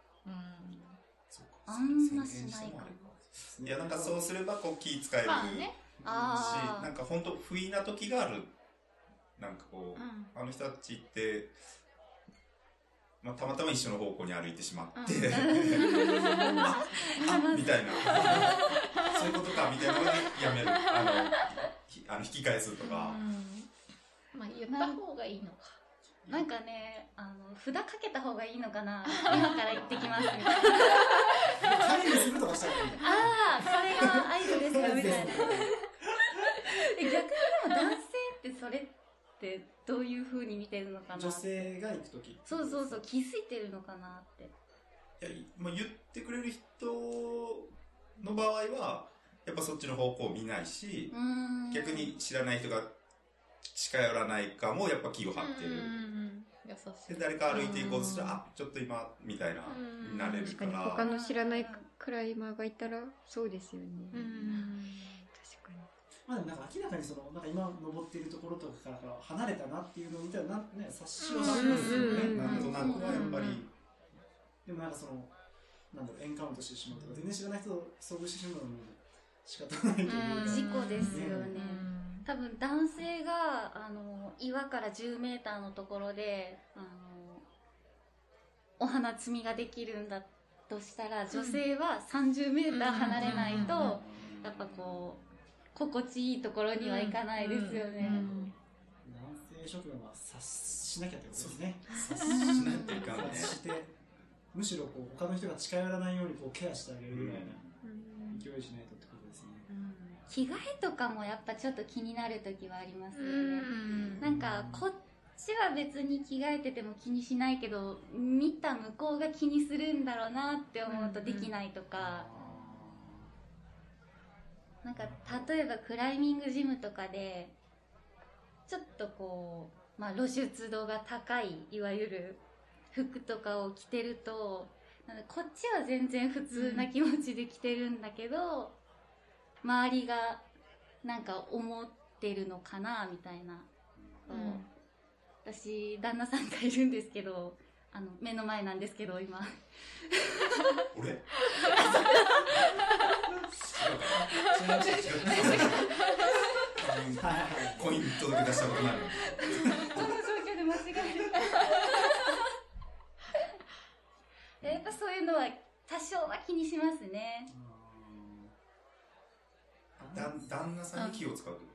あんましないかも。
いや、なんかそうすればこう気使えるし、なんか本当不意な時がある。なんかこう、あの人たちって、まあ、たまたま一緒の方向に歩いてしまって、みたいな、そういうことかみたいなのでやめる、引き返すとか。
まあ言った方がいいのか。
なんかね、札かけた方がいいのかな。今から行ってきますみたいな。
管理するとかしたらいい。
それが合図ですよみたいな。逆にでも男性ってそれってどういう風に見てるのかな。
女性が行くとき。
そう、気づいてるのかなって。
いや、まあ、言ってくれる人の場合は、やっぱそっちの方向を見ないし、逆に知らない人が近寄らないかもやっぱ気を張ってる。
優しい。
で、誰か歩いていこうとしたら、あ、ちょっと今、みたいな、になれるから。
他の知らないクライマーがいたら、そうですよね。確かに。
まあでもなんか明らかにそのなんか今登っているところとかから離れたなっていうのを見たらね察しはしますよね。
なんとなくはやっぱり。
でもなんかそのなんだろうエンカウントしてしまうとか全然知らない人と遭遇してしまうのも仕方ないというか。
事故ですよね。多分男性が岩から10メーターのところでお花摘みができるんだとしたら、女性は30メーター離れないとやっぱこう心地いいところにはいかないですよね。
男性職員は察しなきゃってことですね。
察しないといかんね。
察してむしろこう他の人が近寄らないようにこうケアしてあげるぐらいな勢いしないとってことですね。
着替えとかもやっぱちょっと気になる時はありますよね。なんかこっちは別に着替えてても気にしないけど見た向こうが気にするんだろうなって思うとできないとか、なんか例えばクライミングジムとかでちょっとこう、露出度が高いいわゆる服とかを着てるとこっちは全然普通な気持ちで着てるんだけど、周りがなんか思ってるのかなみたいな、私旦那さんがいるんですけど目の前なんですけど今
俺コイン届け出したことないの
この状況で間違えるやっぱそういうのは多少は気にしますね。
旦那さんに気を使うってこと？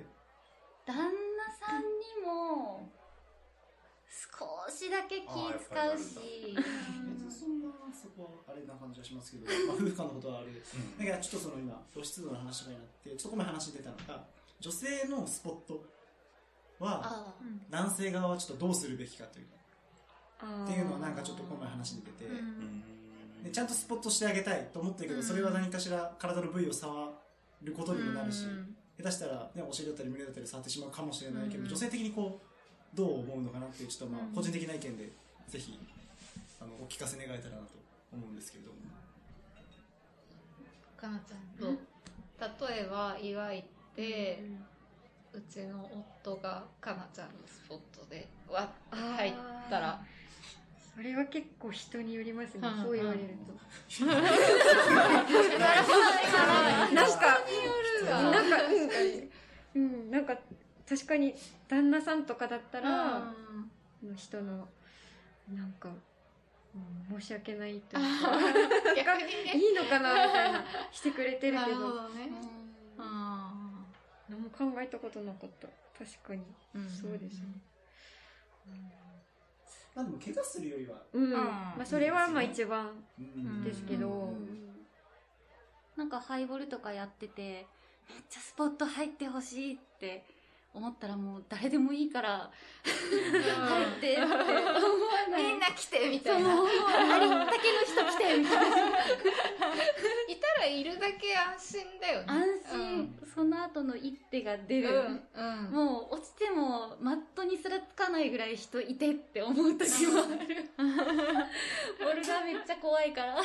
旦那さんにも少しだけ気使うし、
そんなそこはあれな感じはしますけど、夫婦間のことはあれ、だからちょっとその今露出度の話とかになってちょっとこの前話に出たのが、女性のスポットは男性側はちょっとどうするべきかというっていうのはなんかちょっとこの前話に出てて、でちゃんとスポットしてあげたいと思ってるけど、それは何かしら体の部位を触ることにもなるし、下手したら、ね、お尻だったり胸だったり触ってしまうかもしれないけど、女性的にこうどう思うのかなっていうちょっと個人的な意見でぜひお聞かせ願えたらなと思うんですけれども。
かなちゃんと例えば岩行って、うちの夫がかなちゃんのスポットでわって入ったら、
それは結構人によりますね、そう言われると。
なるほど、
なんか確かに旦那さんとかだったら、人のなんか、申し訳ないというか
逆にね
いいのかなみたいなしてくれてるけど、
なるほどね。
何も考えたことなかった。確かに、そうですね。
でも怪我するよりは、
それは一番ですけど、
なんかハイボールとかやっててめっちゃスポット入ってほしいって思ったら、もう誰でもいいから入ってって思わない。
みんな来てみたいな、
ありったけの人来てみたいな。
いたらいるだけ安心だよね。
安心、その後の一手が出る、もう落ちてもマットにすらつかないぐらい人いてって思う時もある。ボルダーめっちゃ怖いから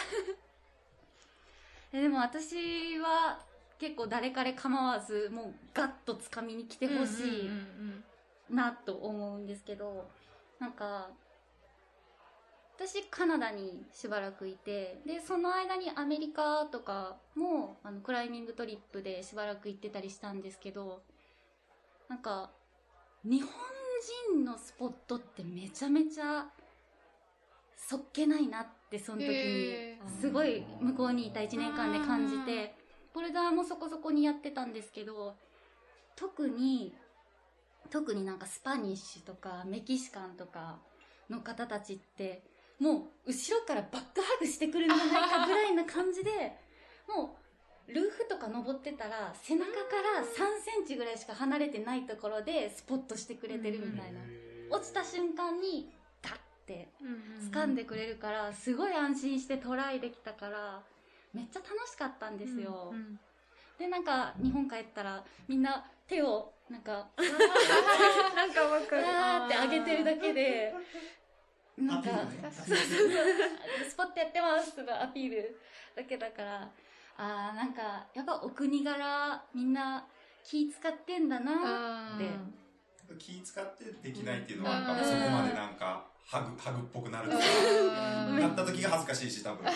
でも私は結構誰彼構わずもうガッと掴みに来てほしいなと思うんですけど、なんか私カナダにしばらくいて、でその間にアメリカとかもクライミングトリップでしばらく行ってたりしたんですけど、なんか日本人のスポットってめちゃめちゃそっけないなってその時にすごい向こうにいた1年間で感じて、ボルダーもそこそこにやってたんですけど、特になんかスパニッシュとかメキシカンとかの方たちってもう後ろからバックハグしてくるんじゃないかぐらいな感じで、もうルーフとか登ってたら背中から3センチぐらいしか離れてないところでスポットしてくれてるみたいな、落ちた瞬間にガッて掴んでくれるから、すごい安心してトライできたからめっちゃ楽しかったんですよ。でなんか日本帰ったらみんな手をなんか
なんかわかる
って上げてるだけでなんかスポットやってますとかアピールだけだから、なんかやっぱお国柄みんな気使ってんだなって。
気使ってできないっていうのは、そこまでなんか、ハグっぽくなるとか、なった時が恥ずかしいし、多分。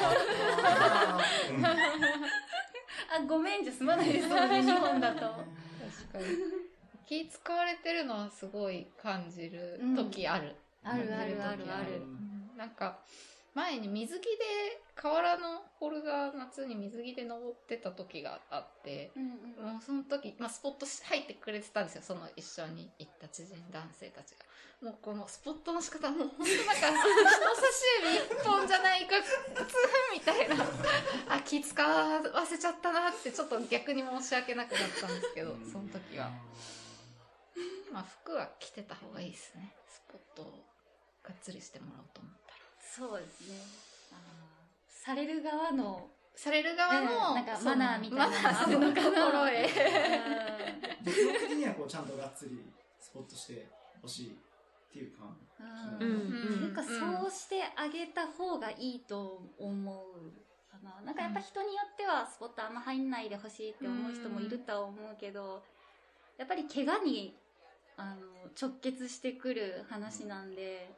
ごめんじゃ済まないですもんね、日本だと。
確かに。気使われてるのはすごい感じる時ある。
ある。
なんか、前に水着で、河原のホルダー夏に水着で登ってた時があって、もうその時、スポット入ってくれてたんですよ、その一緒に行った知人男性たちが。もうこのスポットの仕方、もうほんとなんか、人差し指一本じゃないか、みたいな。気使わせちゃったなって、ちょっと逆に申し訳なくなったんですけど、その時は。服は着てた方がいいですね。スポットをがっつりしてもらおうと思ったら。
そうですね。される側の、
なん
かマナーみたいなのあるのかな。
基本的にはちゃんとがっつりスポットしてほしいっていう感じ。
なんかそうしてあげた方がいいと思うかな。なんかやっぱ人によってはスポットあんま入んないでほしいって思う人もいるとは思うけど、やっぱり怪我に直結してくる話なんで、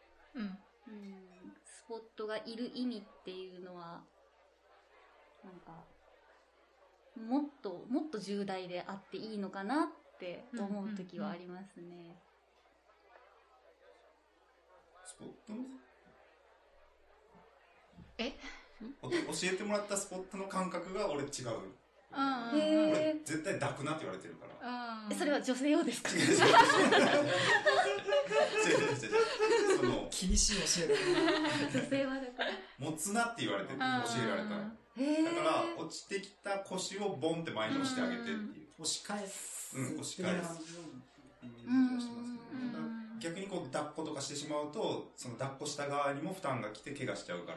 スポットがいる意味っていうのはなんかもっと重大であっていいのかなって思う時はありますね。
スポット教えてもらったスポットの感覚が俺違う。俺絶対抱くなって言われてるから。
それは女性用ですか？
厳しい教えだね。
女性はだから
持つなって言われて教えられた。だから落ちてきた腰をボンって前に押してあげてっていう。
押し返す。
押し返す。逆に抱っことかしてしまうと、その抱っこした側にも負担が来て怪我しちゃうから。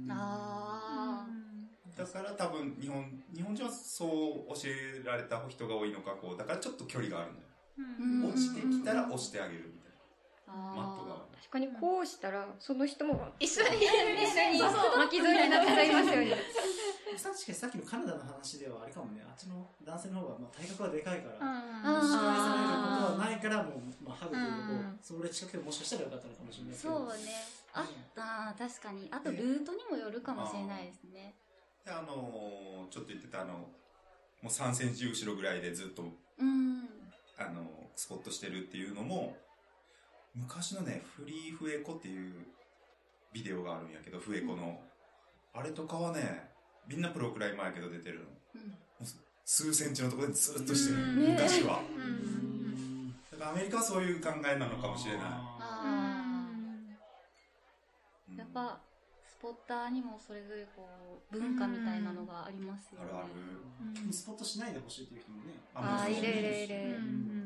だから多分日本人はそう教えられた人が多いのか、だからちょっと距離があるんだよ。落ちてきたら押してあげるみたいな。マット側。
確かにこうしたら、その人も
一緒に
巻き添えになっちゃいますよね。
確かにさっきのカナダの話ではあれかもね、あっちの男性の方が体格はでかいから、押し返されることはないから、もう、ハグというか、それ近くでもしかしたらよかったのかもしれないけど。
そうね。確かに。あとルートにもよるかもしれないですね。
でちょっと言ってたもう3センチ後ろぐらいでずっと、スポットしてるっていうのも、昔のね、フリーフエコっていうビデオがあるんやけど、フエコの。あれとかはね、みんなプロくらい前やけど出てるの。数センチのところでずっとしてる。昔は。だからアメリカはそういう考えなのかもしれない。
やっぱ、スポッターにもそれぞれ文化みたいなのがありますよね。
ある。
スポットしないでほしいっていう人もね。
いる。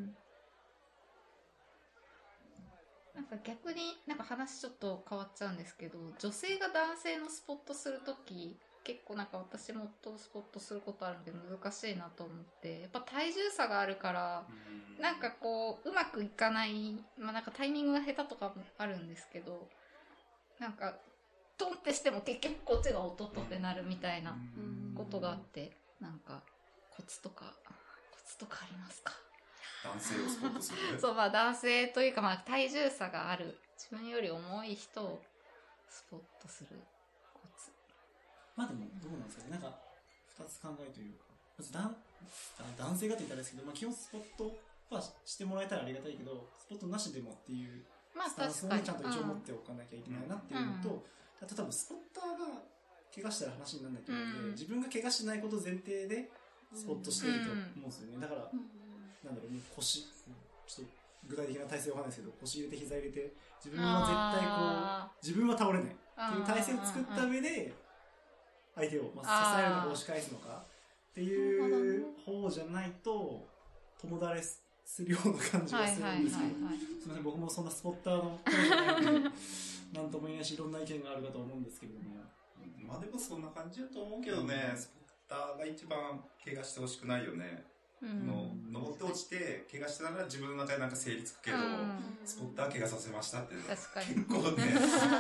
なんか逆に話ちょっと変わっちゃうんですけど、女性が男性のスポットするとき、結構私もスポットすることあるんで難しいなと思って、やっぱ体重差があるから、うまくいかない、タイミングが下手とかもあるんですけど、トンってしても結局こっちがおっとっとってなるみたいなことがあって、コツとかありますか？
男性をスポットする
そう、男性というか、体重差がある、自分より重い人をスポットするコツ。
でも、どうなんですかね。二つ考えというか、まず男性がって言ったらですけど、基本スポットはしてもらえたらありがたいけど、スポットなしでもっていうスタンスをね、ちゃんと一応持っておかなきゃいけないなっていうのと、例えばスポッターが怪我したら話にならないと思うので、自分が怪我しないこと前提でスポットしてると思うんですよね。だから、腰、ちょっと具体的な体勢はわかんないですけど、腰入れて膝入れて、自分は絶対自分は倒れないっていう体勢を作った上で、相手を支えるのか押し返すのかっていう方じゃないと、友だれするような感じがするんですけど、すみません、僕もそんなスポッターの方じゃないので、なんとも言えないし、いろんな意見があるかと思うんですけれども。
でもそんな感じだと思うけどね、スポッターが一番怪我してほしくないよね。登って落ちて怪我したら自分の中で整理つくけど、スポッター怪我させましたって
確かに
結構ね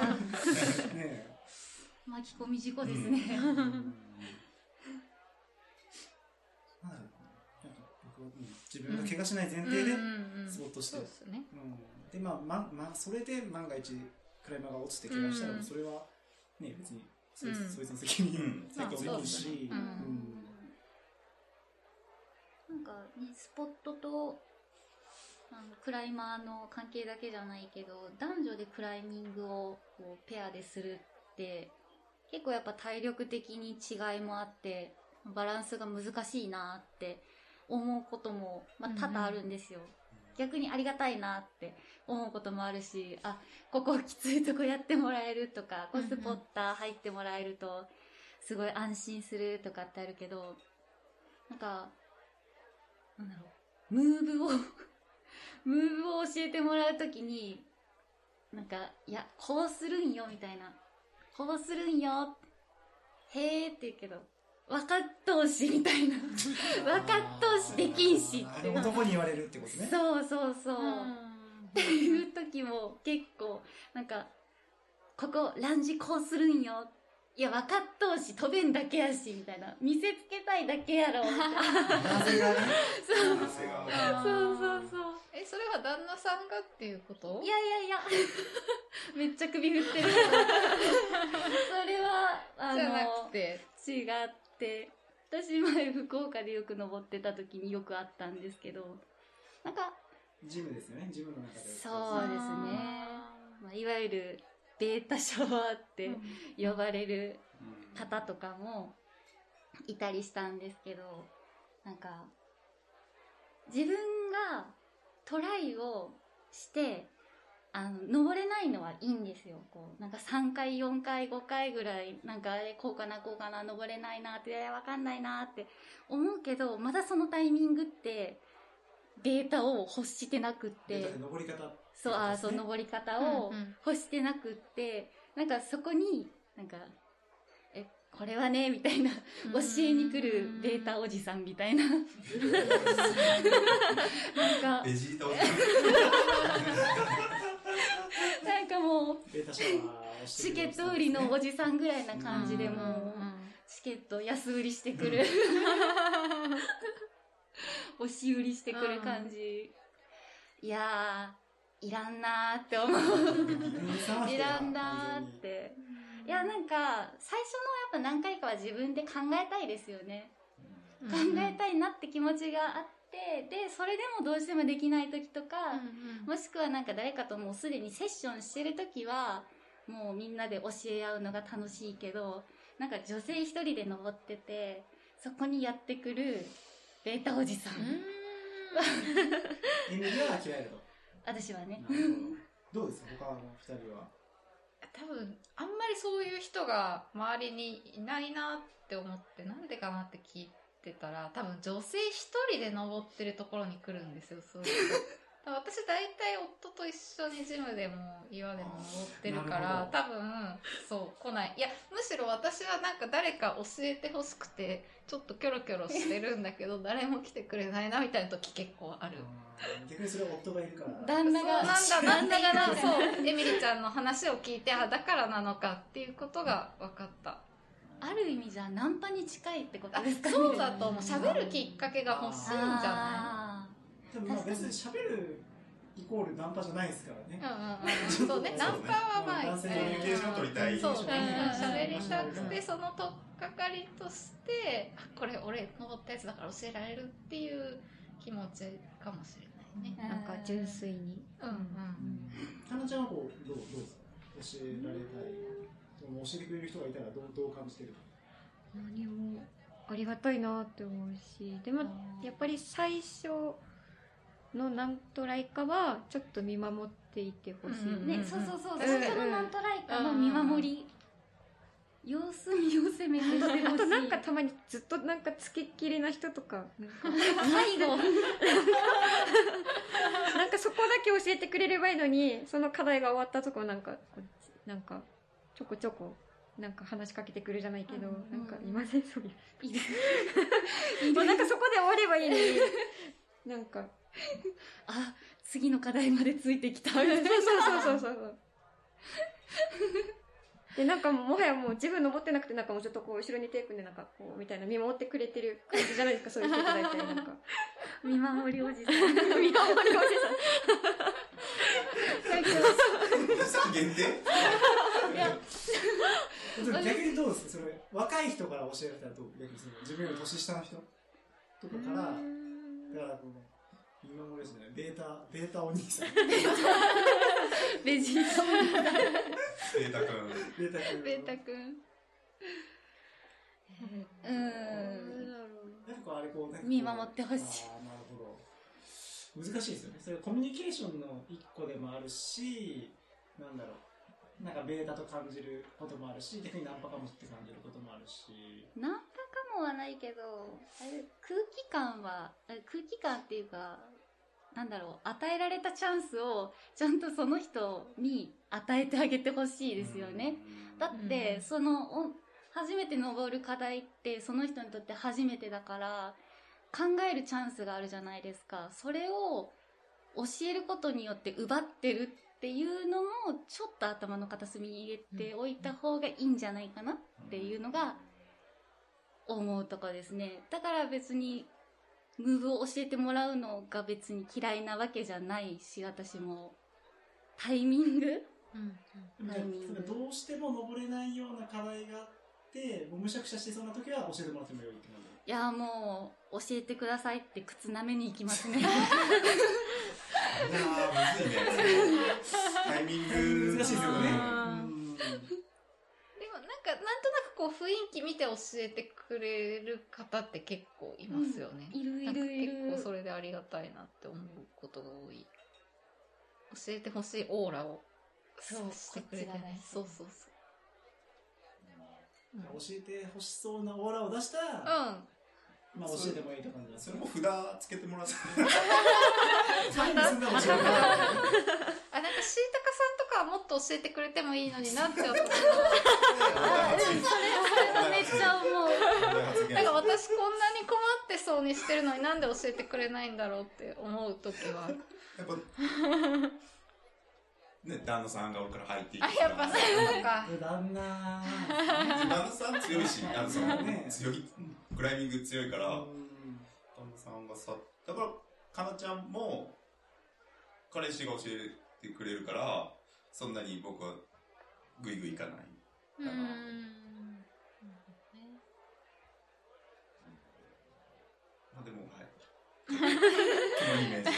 巻き込み事故ですね。
分が怪我しない前提でスポットして、
そうですね。
でそれで万が一クライマーが落ちて怪我したらそれはね別にそいつの責任だと思うし、
なんかねスポットとクライマーの関係だけじゃないけど、男女でクライミングをこうペアでするって結構やっぱ体力的に違いもあってバランスが難しいなって思うことも、多々あるんですよ。逆にありがたいなって思うこともあるし、ここきついとこやってもらえるとか、スポッター入ってもらえるとすごい安心するとかってあるけど、なんだろう、ムーブを教えてもらうときに、いや、こうするんよみたいな、こうするんよへーって言うけど、分かっとうしみたいな分かっとうしできんしって、
男に言われるってことね。
そうっていう時も結構ここランジこうするんよ、いや分かっとうし飛べんだけやしみたいな、見せつけたいだけやろみたいなそう
それは旦那さんがっていうこと？
いやめっちゃ首振ってるそれは
じゃなくて
違って、私前福岡でよく登ってた時によくあったんですけど、
ジムですよね、ジムの中で。
そうですね、いわゆるベータシャワーって呼ばれる方とかもいたりしたんですけど、自分がトライをして登れないのはいいんですよ。3回4回5回ぐらいこうかな登れないなって分かんないなって思うけど、まだそのタイミングってデータを欲してなくって、
登り方、
そう登り方を欲してなくって、そこにこれはねみたいな教えに来るベータおじさんみたいな
ベジータおじ
さんもう
ベータシャワー
チケット売りのおじさんぐらいな感じで、もうチケット安売りしてくる押し売りしてくる感じ。いやー、いらんなーって思ういらんなーって。いや、最初のやっぱ何回かは自分で考えたいですよね。考えたいなって気持ちがあって、でそれでもどうしてもできない時とか、もしくは誰かともうすでにセッションしてる時はもうみんなで教え合うのが楽しいけど、女性一人で登っててそこにやってくるベータおじさん
エミリは嫌いだと。
私はね。
どうですか他の2人は。
多分あんまりそういう人が周りにいないなって思って、なんでかなって聞いてたら、多分女性一人で登ってるところに来るんですよ。そう私大体夫と一緒にジムでも岩でも登ってるから、多分そう来ない。いや、むしろ私は誰か教えてほしくてちょっとキョロキョロしてるんだけど誰も来てくれないなみたいな時結構ある。
逆にそれは夫がいるから
旦那が
そうエミリちゃんの話を聞いて、だからなのかっていうことが分かった。
ある意味じゃナンパに近いってことですかね。
そうだと思う。喋るきっかけが欲しいんじゃない？
でも別に喋るイコールナンパじゃないですからね。
そうね、ナンパは
男性コミュニケーションを取りたい。
そう、喋りたくて、その取っかかりとして、これ俺登ったやつだから教えられるっていう気持ちかもしれないね。
純粋に。
かなちゃんはどうですか？教えられたい。教えてくれる人がいたらどう感じてる？
何もありがたいなって思うし、でもやっぱり最初の何トライかはちょっと見守っていてほしい
ね。そう最初の何トライかの見守り、様子見を攻めてしてほしい。
あとたまにずっとつきっきりな人とか
最後
そこだけ教えてくれればいいのに、その課題が終わったとこちょこちょこ話しかけてくるじゃないけど、いませんそういう
いる
そこで終わればいいのに
次の課題までついてきたそう
でもはやもう自分登ってなくてもうちょっと後ろに手組んでこうみたいな見守ってくれてる感じじゃないですかそういう人って大体
見守りおじさん。
見守りおじさん。
限定？
いや、
逆にどうですか、それ若い人から教えられたらどう、逆にその自分より年下の人とかから、だからこの見守りですね、ベータお兄さん、
ベジータ
ベータ君、
ベータくん。
なんかあれこう、
見守ってほしい。
ああ、なるほど。難しいですよね。それコミュニケーションの一個でもあるし、なんだろう、なんかベータと感じることもあるし、逆にナンパかもって感じることもあるし。
ナンパかもはないけど、あれ空気感っていうか、なんだろう、与えられたチャンスをちゃんとその人に与えてあげてほしいですよね。だってその初めて登る課題ってその人にとって初めてだから考えるチャンスがあるじゃないですか。それを教えることによって奪ってるっていうのもちょっと頭の片隅に入れておいた方がいいんじゃないかなっていうのが思うとこですね。だから別にムーブを教えてもらうのが別に嫌いなわけじゃないし、私もタイミング、
どうしても登れないような課題があってもうむしゃくしゃしてそうな時は教えてもらってもよいって感じ。
いやもう教えてくださいって靴舐めに行きますね。
いやむずいね。タイミング
難しいですよね。
でもなんとなくこう雰囲気見て教えてくれる方って結構いますよね。
いる。
結構それでありがたいなって思うことが多い。教えてほしいオーラをしてくれてね。そう。
教えてほしそうなオーラを出したら、まあ教えてもいいと感じです。
それも札つけてもらって。
サインすんなもん。
なんかシータカさんとかはもっと教えてくれてもいいのになって思う。
それはめっちゃ思う。
なんか私こんなに困ってそうにしてるのになんで教えてくれないんだろうって思う時は。
やっぱね、旦那さんが俺から入っていって。
やっぱそういうのか。
旦那
さん強いし、旦那さんね、強い、クライミング強いから、旦那さんがさ、だから、かなちゃんも、彼氏が教えてくれるから、そんなに僕はグイグイいかないかな。まあでも、はい。このイメージ。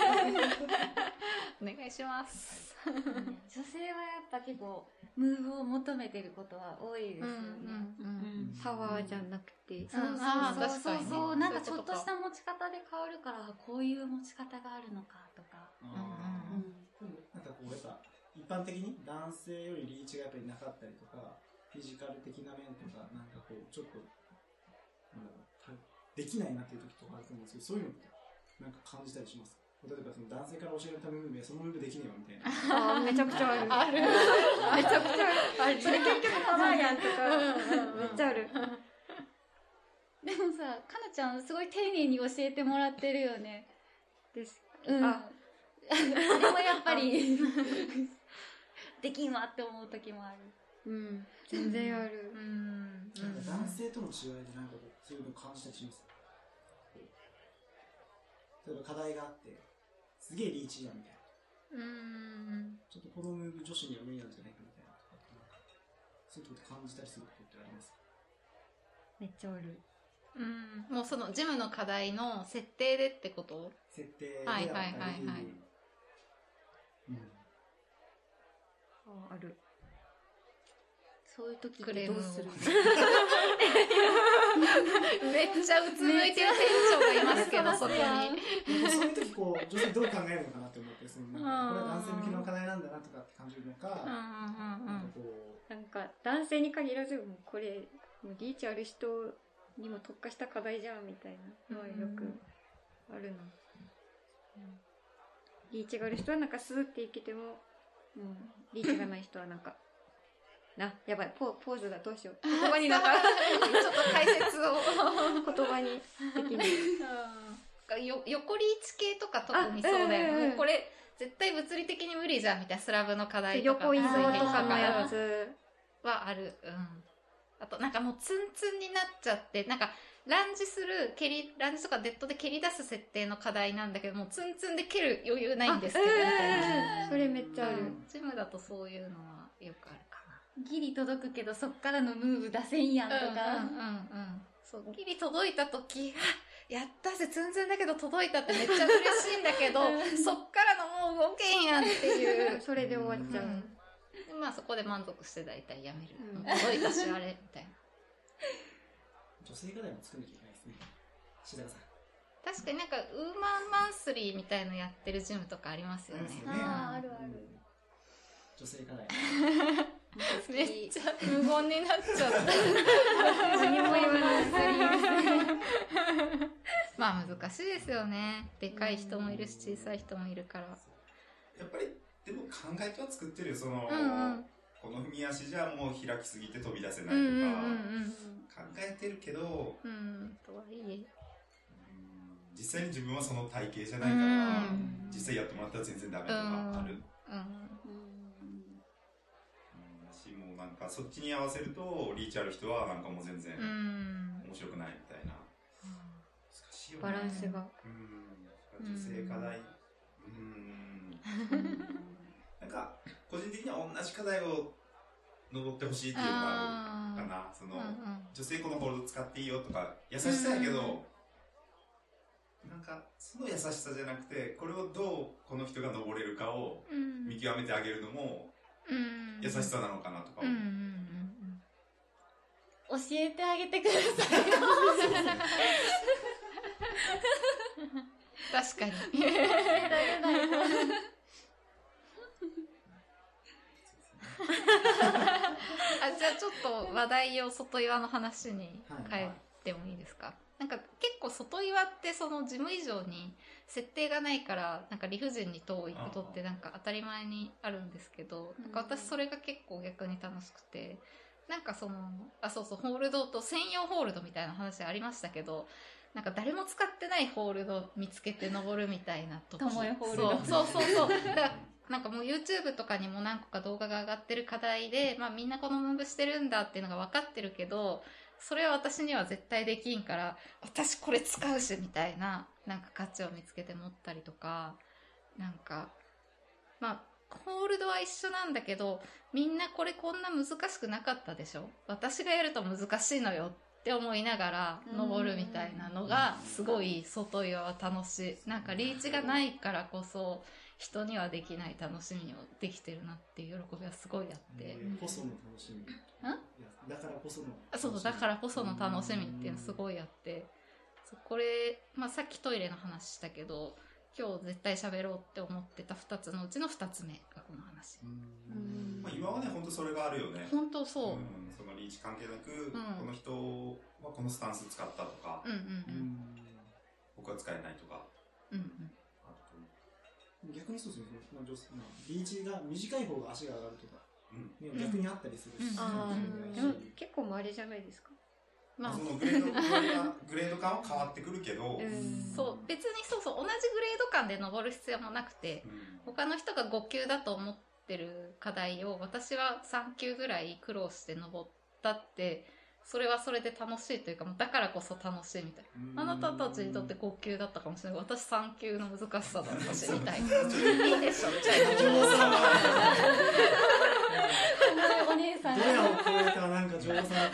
お願いします。
女性はやっぱ結構ムーブを求めてることは多いですよね。
パワーじゃなくて。
そう。なんかちょっとした持ち方で変わるから、こういう持ち方があるのかとか。
なんかこうやっぱ一般的に男性よりリーチがやっぱりなかったりとか、フィジカル的な面とか、なんかこうちょっとできないなっていう時とかあると思うんですけど、そういうのってなんか感じたりしますか？例えばその男性から教えられたムーブでそのムーブできねえわみたいな。
めちゃくちゃある。めちゃくちゃある。それ結局パワーやんとか、めっちゃある。
でもさ、かなちゃんすごい丁寧に教えてもらってるよね。
です。
でもやっぱりできんわって思う時もある。
全然ある。
男性との違いでなんかそういうの感じたりします？例えば課題があってすげえリーチじゃんみたいな。ちょっとこのムーブ女子には無理なんじゃないかみたいなとか、そういうこと感じたりすることってあります？
めっちゃある。
もうそのジムの課題の設定でってこと？
設定で
はい。
ある。
そういう時ってどうする？
めっちゃうつむいてる店長がいますけど、そこに。
そういう時こう女性どう考えるのかなって思って、そのなんかこれは男性向けの課題なんだなとかって感じるのか、
なんか男性に限らず、もうこれもうリーチある人にも特化した課題じゃんみたいなのはよくあるな。リーチがある人はなんかスーっていけても、リーチがない人はなんかやばい、ポーズがどうしよう。言葉になんか、ちょっ
と解説を。
言葉にできない。
横リーチ系とか特にそうだよね。これ、絶対物理的に無理じゃんみたいなスラブの課題とか。
横移動とかのやつ
はある。あと、なんかもうツンツンになっちゃって、なんか、 ランジとかデッドで蹴り出す設定の課題なんだけど、もうツンツンで蹴る余裕ないんですけど、みたいな。
それめっちゃある。
ジムだとそういうのはよくあるかな。
ギリ届くけどそっからのムーブ出せんやんとか。
そう、ギリ届いた時、やったぜ、ツンツンだけど届いたってめっちゃ嬉しいんだけど、そっからのもう動けんやんっていう。
それで終わっちゃう。
でまあそこで満足して大体やめる。届いたしあれ、みたいな。
女性課題も作んなきゃいけないですね。志田さん。
確かになんかウーマンマンスリーみたいのやってるジムとかありますよね。
あるある。
女性課題。
めっちゃ無言になっちゃった。
何も言わない。
まあ難しいですよね。でかい人もいるし小さい人もいるから。
やっぱりでも考えては作ってるよ。その、この踏み足じゃもう開きすぎて飛び出せないとか、考えてるけど、
とはいえ
実際に自分はその体型じゃないから、実際やってもらったら全然ダメとかある。もうなんかそっちに合わせるとリーチある人はなんかもう全然面白くないみたいな。難しいよね。
バランスが。
女性課題。なんか個人的には同じ課題を登ってほしいっていうのがあるかな。その女性このホールド使っていいよとか優しさやけど、なんかその優しさじゃなくてこれをどうこの人が登れるかを見極めてあげるのも優しさなのかなとか思う。
教えてあげてください。
確かに。じゃあちょっと話題を外岩の話に変えてもいいですか？なんか結構外岩ってその事務以上に設定がないからなんか理不尽に遠いことってなんか当たり前にあるんですけど、なんか私それが結構逆に楽しくて、なんかそのホールドと専用ホールドみたいな話ありましたけど、なんか誰も使ってないホールド見つけて登るみたいな時、
ともえホールド、
そうだからなんかもう YouTube とかにも何個か動画が上がってる課題で、まあみんなこのムーブしてるんだっていうのが分かってるけど、それは私には絶対できんから、私これ使うしみたいな、なんか価値を見つけて持ったりとか、なんか、まあ、ホールドは一緒なんだけど、みんなこれこんな難しくなかったでしょ？私がやると難しいのよって思いながら登るみたいなのが、すごい外岩は楽しい。なんかリーチがないからこそ、人にはできない楽しみをできてるなっていう喜びはすごいあって。
こその楽しみ。だからこその。
そう、だからこその楽しみっていうのすごいあって。これ、まあさっきトイレの話したけど、今日絶対喋ろうって思ってた2つのうちの2つ目がこの話。
まあ、今はね、本当それがあるよね。
本当そう。
そのリーチ関係なく、この人はこのスタンス使ったとか、僕は使えないとか。
逆にそうですね、リーチが短い方が足が上がるとか、逆にあったりするし、
でも結構あれじゃないですか。
まあ、そのグレード感は変わってくるけど、
そう別に同じグレード感で登る必要もなくて、他の人が5級だと思ってる課題を私は3級ぐらい苦労して登ったって、それはそれで楽しいというか、だからこそ楽しいみたいな。あなたたちにとって5級だったかもしれない。私3級の難しさだったし、みたいな。いいでしょ、みたいな。
お姉さん。
ドヤを超えたなんか上手さだった。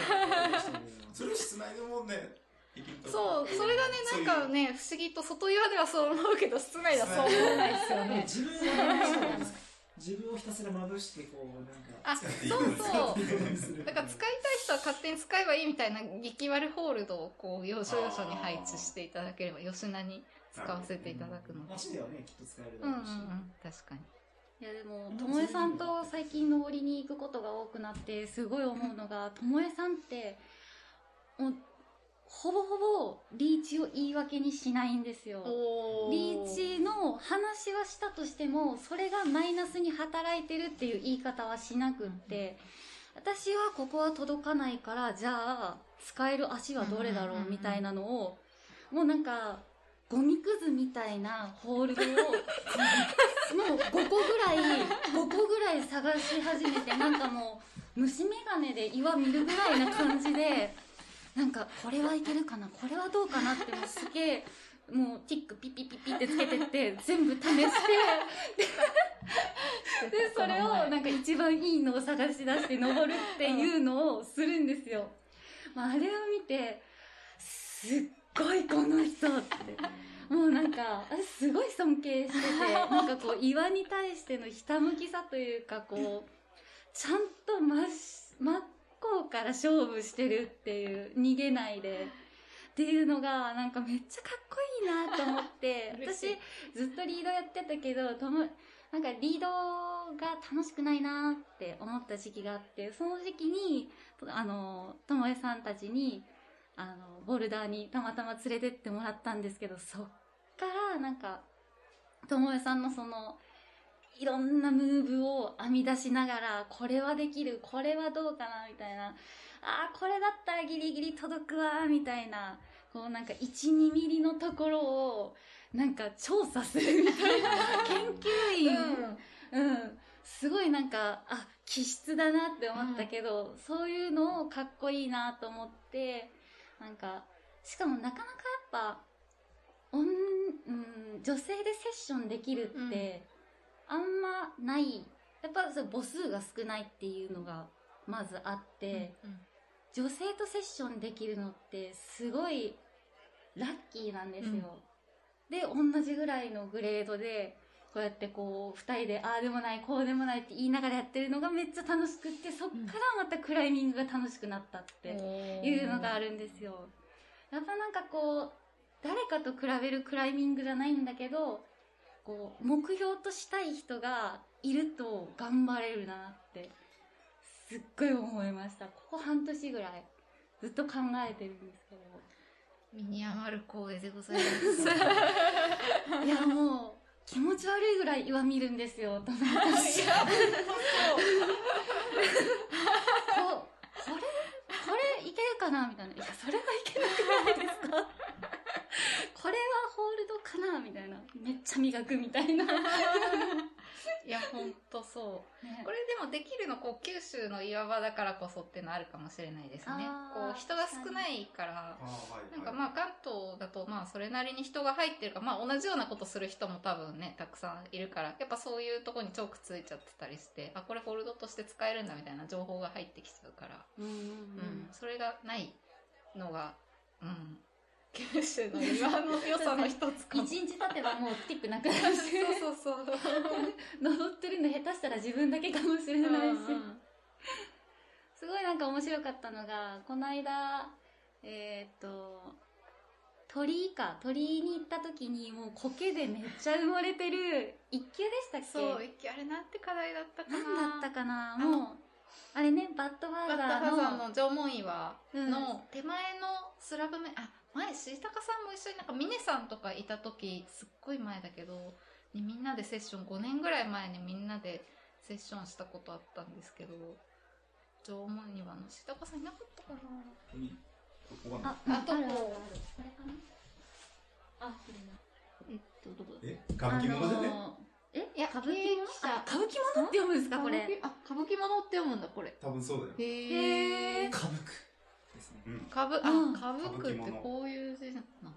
それ室内でもね、
そう、それがね、なんかね、不思議と外岩ではそう思うけど、室内ではそう思わないですよね。
自分をひたすらまぶしてこうなんか
そうだから使いたい人は勝手に使えばいいみたいな激悪ホールドをこう要所要所に配置していただければ吉名に使わせていただくので、
足ではねきっと使えるだろうし、
確かに。
いやでもともえさんと最近登りに行くことが多くなってすごい思うのが、ともえさんってもうほぼほぼリーチを言い訳にしないんですよ。リーチの話はしたとしてもそれがマイナスに働いてるっていう言い方はしなくって、私はここは届かないからじゃあ使える足はどれだろうみたいなのを、もうなんかゴミくずみたいなホールドをもう5個ぐらい探し始めて、なんかもう虫眼鏡で岩見るぐらいな感じでなんかこれはいけるかな、これはどうかなってもうすげえもうティックピッピッピッピってつけてって全部試してでそれをなんか一番いいのを探し出して登るっていうのをするんですよ。まあ、あれを見てすっごいこの人ってもうなんかすごい尊敬しててなんかこう岩に対してのひたむきさというかこうちゃんと真っ向から勝負してるっていう逃げないでっていうのがなんかめっちゃかっこいいなと思って私ずっとリードやってたけどなんかリードが楽しくないなって思った時期があってその時期にともえさんたちにボルダーにたまたま連れてってもらったんですけどそっからなんかともえさんのそのいろんなムーブを編み出しながらこれはできるこれはどうかなみたいなこれだったらギリギリ届くわみたいなこうなんか 1,2 ミリのところをなんか調査するみたいな研究員、すごいなんか気質だなって思ったけど、そういうのをかっこいいなと思ってなんかしかもなかなかやっぱ女性でセッションできるってあんまないやっぱ母数が少ないっていうのがまずあって、女性とセッションできるのってすごいラッキーなんですよ、で同じぐらいのグレードでこうやってこう2人でああでもないこうでもないって言いながらやってるのがめっちゃ楽しくってそっからまたクライミングが楽しくなったっていうのがあるんですよ。やっぱなんかこう誰かと比べるクライミングじゃないんだけどこう目標としたい人がいると頑張れるなってすっごい思いました。ここ半年ぐらいずっと考えてるんですけど
身に余る光栄でございます
いやもう気持ち悪いぐらい岩見るんですよ友達これいけるかなみたいな。いやそれはいけなくないですかこれはホールドかなみたいな。めっちゃ磨くみたいない
やほんとそう、
ね、
これでもできるのこう九州の岩場だからこそっていうのあるかもしれないですね。こう人が少ないからなんかまあ関東だとまあそれなりに人が入ってるからまあ同じようなことする人も多分ねたくさんいるからやっぱそういうとこにチョークついちゃってたりしてこれホールドとして使えるんだみたいな情報が入ってきちゃうからそれがないのが九州の岩の良さの一つかも。
一日経てばもうティックなくなるし
そう
登ってるの下手したら自分だけかもしれないし、すごいなんか面白かったのがこの間鳥居に行った時にもう苔でめっちゃ埋もれてる一級でしたっけ。
そう一級あれなんて課題だったかな。
なんだったかな。もうあれねバッドファーザーの
縄文岩の手前のスラブ面前椎高さんも一緒になんか峰さんとかいた時すっごい前だけどにみんなでセッション5年ぐらい前にみんなでセッションしたことあったんですけど縄文岩の椎高さんいなかったかな。
これかな。どこ
歌舞伎物じゃね
いや歌舞伎物歌舞伎物って読むんですかこれ。
歌舞伎物って読むんだこれ。
多分そうだよ。
へー
歌舞伎ですね。
歌舞伎ってこういう字なんだ。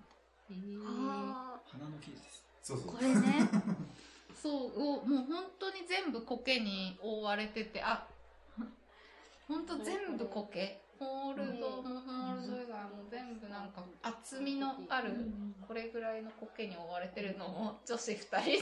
花の生地です。
そう
これね
そうもう本当に全部苔に覆われてて本当全部苔。ホールドもホールド以外も全部なんか厚みのあるこれぐらいの苔に覆われてるのを女子2人で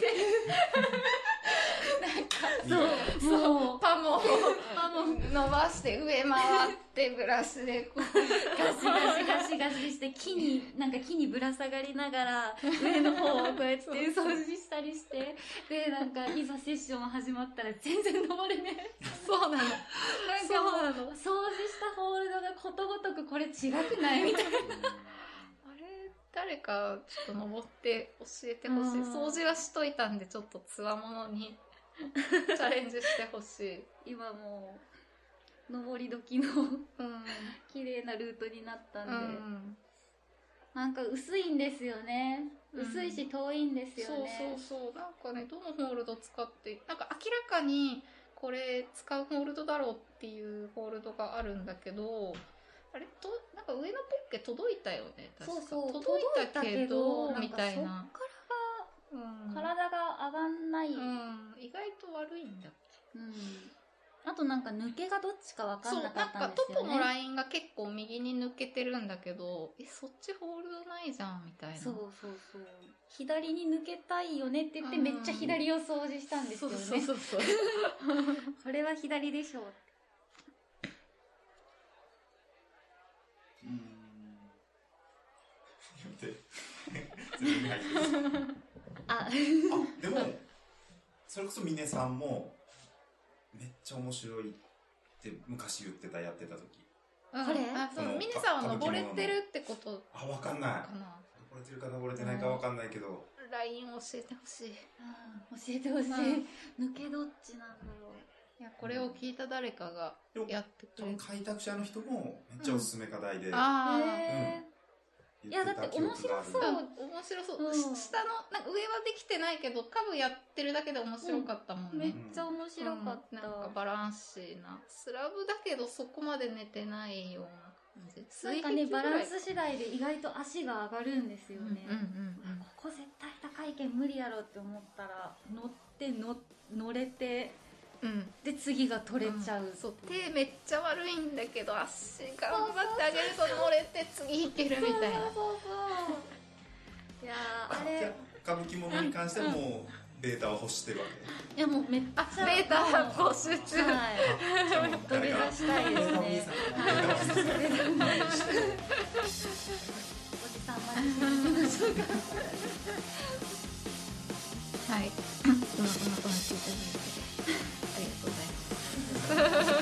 なんかそうパモを伸ばして上回ってブラシでこう
ガシガシして木にぶら下がりながら上の方をこうやって掃除したりしてでなんかいざセッション始まったら全然登れねえ
そうなのなんか
もう掃除したホールドがことごとくこれ違くないみたいな
あれ誰かちょっと登って教えてほしい。掃除はしといたんでちょっとつわものにチャレンジしてほしい。
今もう登り時の綺麗なルートになったんで、なんか薄いんですよね。薄いし遠いんですよね。
そうなんかねどのホールド使ってなんか明らかにこれ使うホールドだろうっていうホールドがあるんだけどあれとなんか上のポッケ届いたよね。確か
そう
届いたけどみたいな。
そっからが、体が上がんない、
意外と悪いんだっけ。
あとなんか抜けがどっちか分かんなかったんですよね。
そう、なんかトポのラインが結構右に抜けてるんだけど、そっちホールドないじゃんみたいな。
そう左に抜けたいよねって言ってめっちゃ左を掃除したんですよね。
そう
これは左でしょう。
やめて全然入ってるでもそれこそ峰さんもめっちゃ面白いって昔言ってた、やってた時。
これ
峰さんは登れてるってこと
わかんない。登れてるか登れてないかわかんないけど、
ライン教えてほしい。
教えてほしい。抜けどっちなんだろう。
いや、これを聞いた誰かがやってくれる。
開拓者の人もめっちゃおすすめ課題で、
いやだって面白そう。
下のなんか上はできてないけど下部やってるだけで面白かったもんね。
めっちゃ面白かった。
なんかバランシーなスラブだけどそこまで寝てないような感じ。
なんかね、バランス次第で意外と足が上がるんですよね。ここ絶対高いけん無理やろって思ったら乗れて、で次が取れちゃう。
そう手めっちゃ悪いんだけど足頑張ってあげると乗れて次いけるみたいな。
いやあれ
歌舞伎ものに関してはもうベータを欲してるわけ。
いやもうめっちゃ
ベータ募集中。
土下座したいですね。おじさんまでしましょうか。はい。今こんな感じでありがとうございます。